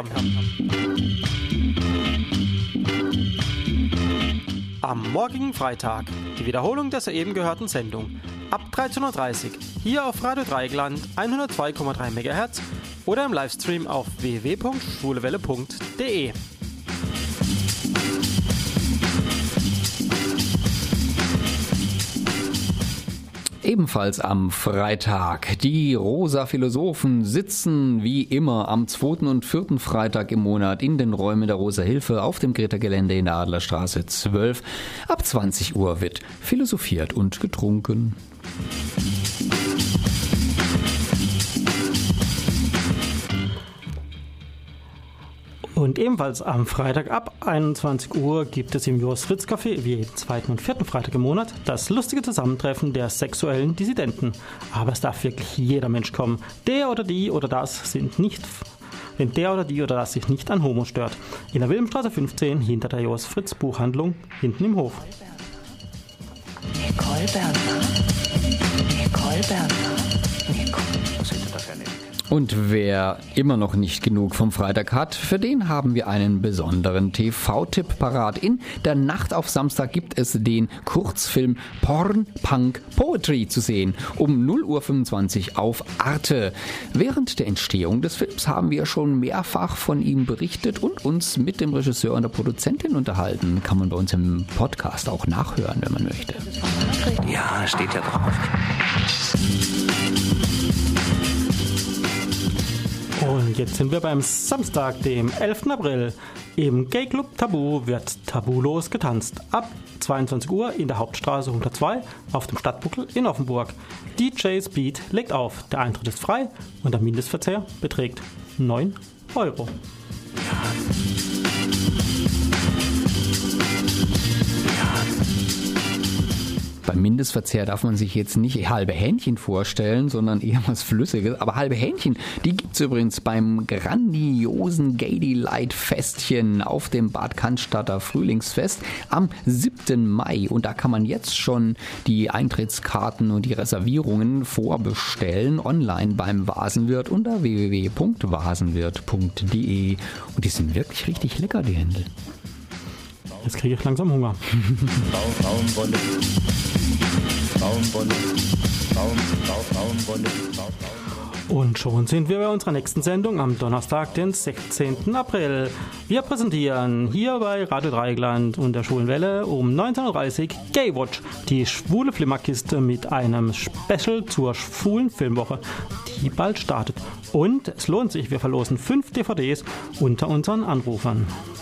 Am morgigen Freitag die Wiederholung der soeben gehörten Sendung ab dreizehn Uhr dreißig hier auf Radio Dreieckland hundertzwei Komma drei Megahertz oder im Livestream auf w w w punkt schwulewelle punkt de. Ebenfalls am Freitag. Die Rosa Philosophen sitzen wie immer am zweiten und vierten Freitag im Monat in den Räumen der Rosa Hilfe auf dem Greta-Gelände in der Adlerstraße zwölf. Ab zwanzig Uhr wird philosophiert und getrunken. Und ebenfalls am Freitag ab einundzwanzig Uhr gibt es im Jost Fritz Café, wie jeden zweiten und vierten Freitag im Monat, das lustige Zusammentreffen der sexuellen Dissidenten. Aber es darf wirklich jeder Mensch kommen. Der oder die oder das sind nicht, wenn der oder die oder das sich nicht an Homo stört. In der Wilhelmstraße fünfzehn hinter der Jost Fritz Buchhandlung, hinten im Hof. Der Kolberner. Der Kolberner. Und wer immer noch nicht genug vom Freitag hat, für den haben wir einen besonderen T V-Tipp parat. In der Nacht auf Samstag gibt es den Kurzfilm Porn, Punk, Poetry zu sehen, um null Uhr fünfundzwanzig auf Arte. Während der Entstehung des Films haben wir schon mehrfach von ihm berichtet und uns mit dem Regisseur und der Produzentin unterhalten. Kann man bei uns im Podcast auch nachhören, wenn man möchte. Ja, steht ja drauf. Und jetzt sind wir beim Samstag, dem elften April. Im Gay Club Tabu wird tabulos getanzt. Ab zweiundzwanzig Uhr in der Hauptstraße hundertzwei auf dem Stadtbuckel in Offenburg. D J Speed legt auf. Der Eintritt ist frei und der Mindestverzehr beträgt neun Euro. Beim Mindestverzehr darf man sich jetzt nicht halbe Hähnchen vorstellen, sondern eher was Flüssiges. Aber halbe Hähnchen, die gibt's übrigens beim grandiosen Gay Delight Festchen auf dem Bad Cannstatter Frühlingsfest am siebten Mai. Und da kann man jetzt schon die Eintrittskarten und die Reservierungen vorbestellen online beim Vasenwirt unter w w w punkt vasenwirt punkt d e. Und die sind wirklich richtig lecker, die Händel. Jetzt kriege ich langsam Hunger. Baumwolle. Baumwolle. Baum, Baumwolle. Und schon sind wir bei unserer nächsten Sendung am Donnerstag, den sechzehnten April. Wir präsentieren hier bei Radio Dreieckland und der Schwulenwelle um neunzehn Uhr dreißig Gay-Watch, die schwule Flimmerkiste mit einem Special zur schwulen Filmwoche, die bald startet. Und es lohnt sich, wir verlosen fünf D V Ds unter unseren Anrufern.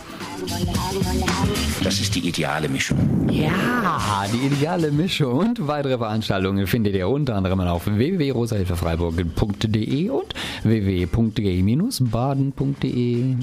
Das ist die ideale Mischung. Ja, die ideale Mischung. Und weitere Veranstaltungen findet ihr unter anderem auf w w w punkt rosahilfefreiburg punkt d e und w w w punkt gay Bindestrich baden punkt d e.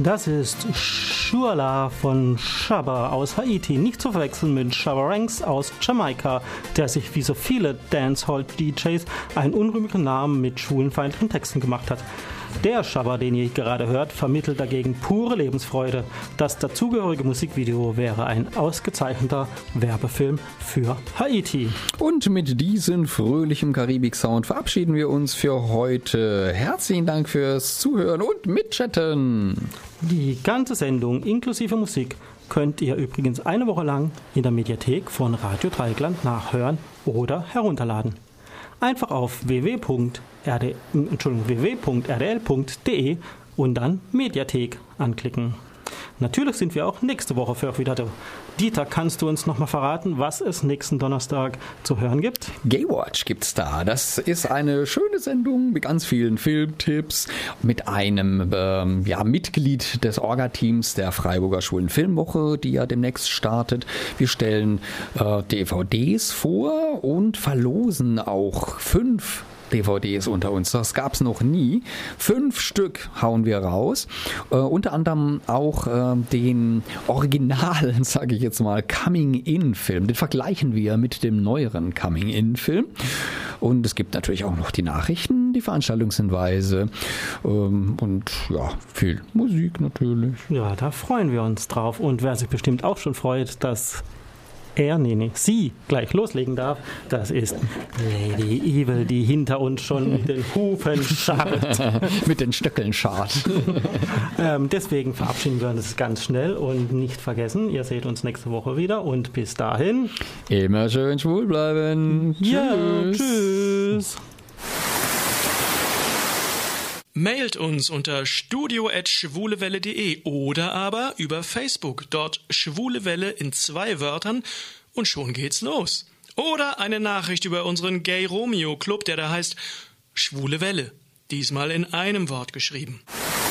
Das ist Shurla von Shabba aus Haiti, nicht zu verwechseln mit Shabba Ranks aus Jamaika, der sich wie so viele Dancehall-D Js einen unrühmlichen Namen mit schwulenfeindlichen Texten gemacht hat. Der Shabba, den ihr gerade hört, vermittelt dagegen pure Lebensfreude. Das dazugehörige Musikvideo wäre ein ausgezeichneter Werbefilm für Haiti. Und mit diesem fröhlichen Karibik-Sound verabschieden wir uns für heute. Herzlichen Dank fürs Zuhören und Mitchatten. Die ganze Sendung inklusive Musik könnt ihr übrigens eine Woche lang in der Mediathek von Radio Dreieckland nachhören oder herunterladen. Einfach auf w w w punkt r d l punkt d e und dann Mediathek anklicken. Natürlich sind wir auch nächste Woche für euch wieder da. Dieter, kannst du uns nochmal verraten, was es nächsten Donnerstag zu hören gibt? Gaywatch gibt's da. Das ist eine schöne Sendung mit ganz vielen Filmtipps, mit einem ähm, ja, Mitglied des Orga-Teams der Freiburger Schwulen Filmwoche, die ja demnächst startet. Wir stellen äh, D V Ds vor und verlosen auch fünf D V Ds unter uns. Das gab es noch nie. Fünf Stück hauen wir raus. Äh, unter anderem auch äh, den originalen, sage ich jetzt mal, Coming-In-Film. Den vergleichen wir mit dem neueren Coming-In-Film. Und es gibt natürlich auch noch die Nachrichten, die Veranstaltungshinweise ähm, und ja, viel Musik natürlich. Ja, da freuen wir uns drauf. Und wer sich bestimmt auch schon freut, dass er, nee, nee, sie gleich loslegen darf, das ist Lady Evil, die hinter uns schon mit den Hufen scharrt. Mit den Stöckeln scharrt. ähm, deswegen verabschieden wir uns ganz schnell und nicht vergessen, ihr seht uns nächste Woche wieder und bis dahin immer schön schwul bleiben. Ja, tschüss. Tschüss. Mailt uns unter studio at schwulewelle punkt de oder aber über Facebook, dort Schwulewelle in zwei Wörtern und schon geht's los. Oder eine Nachricht über unseren Gay Romeo Club, der da heißt Schwule Welle, diesmal in einem Wort geschrieben.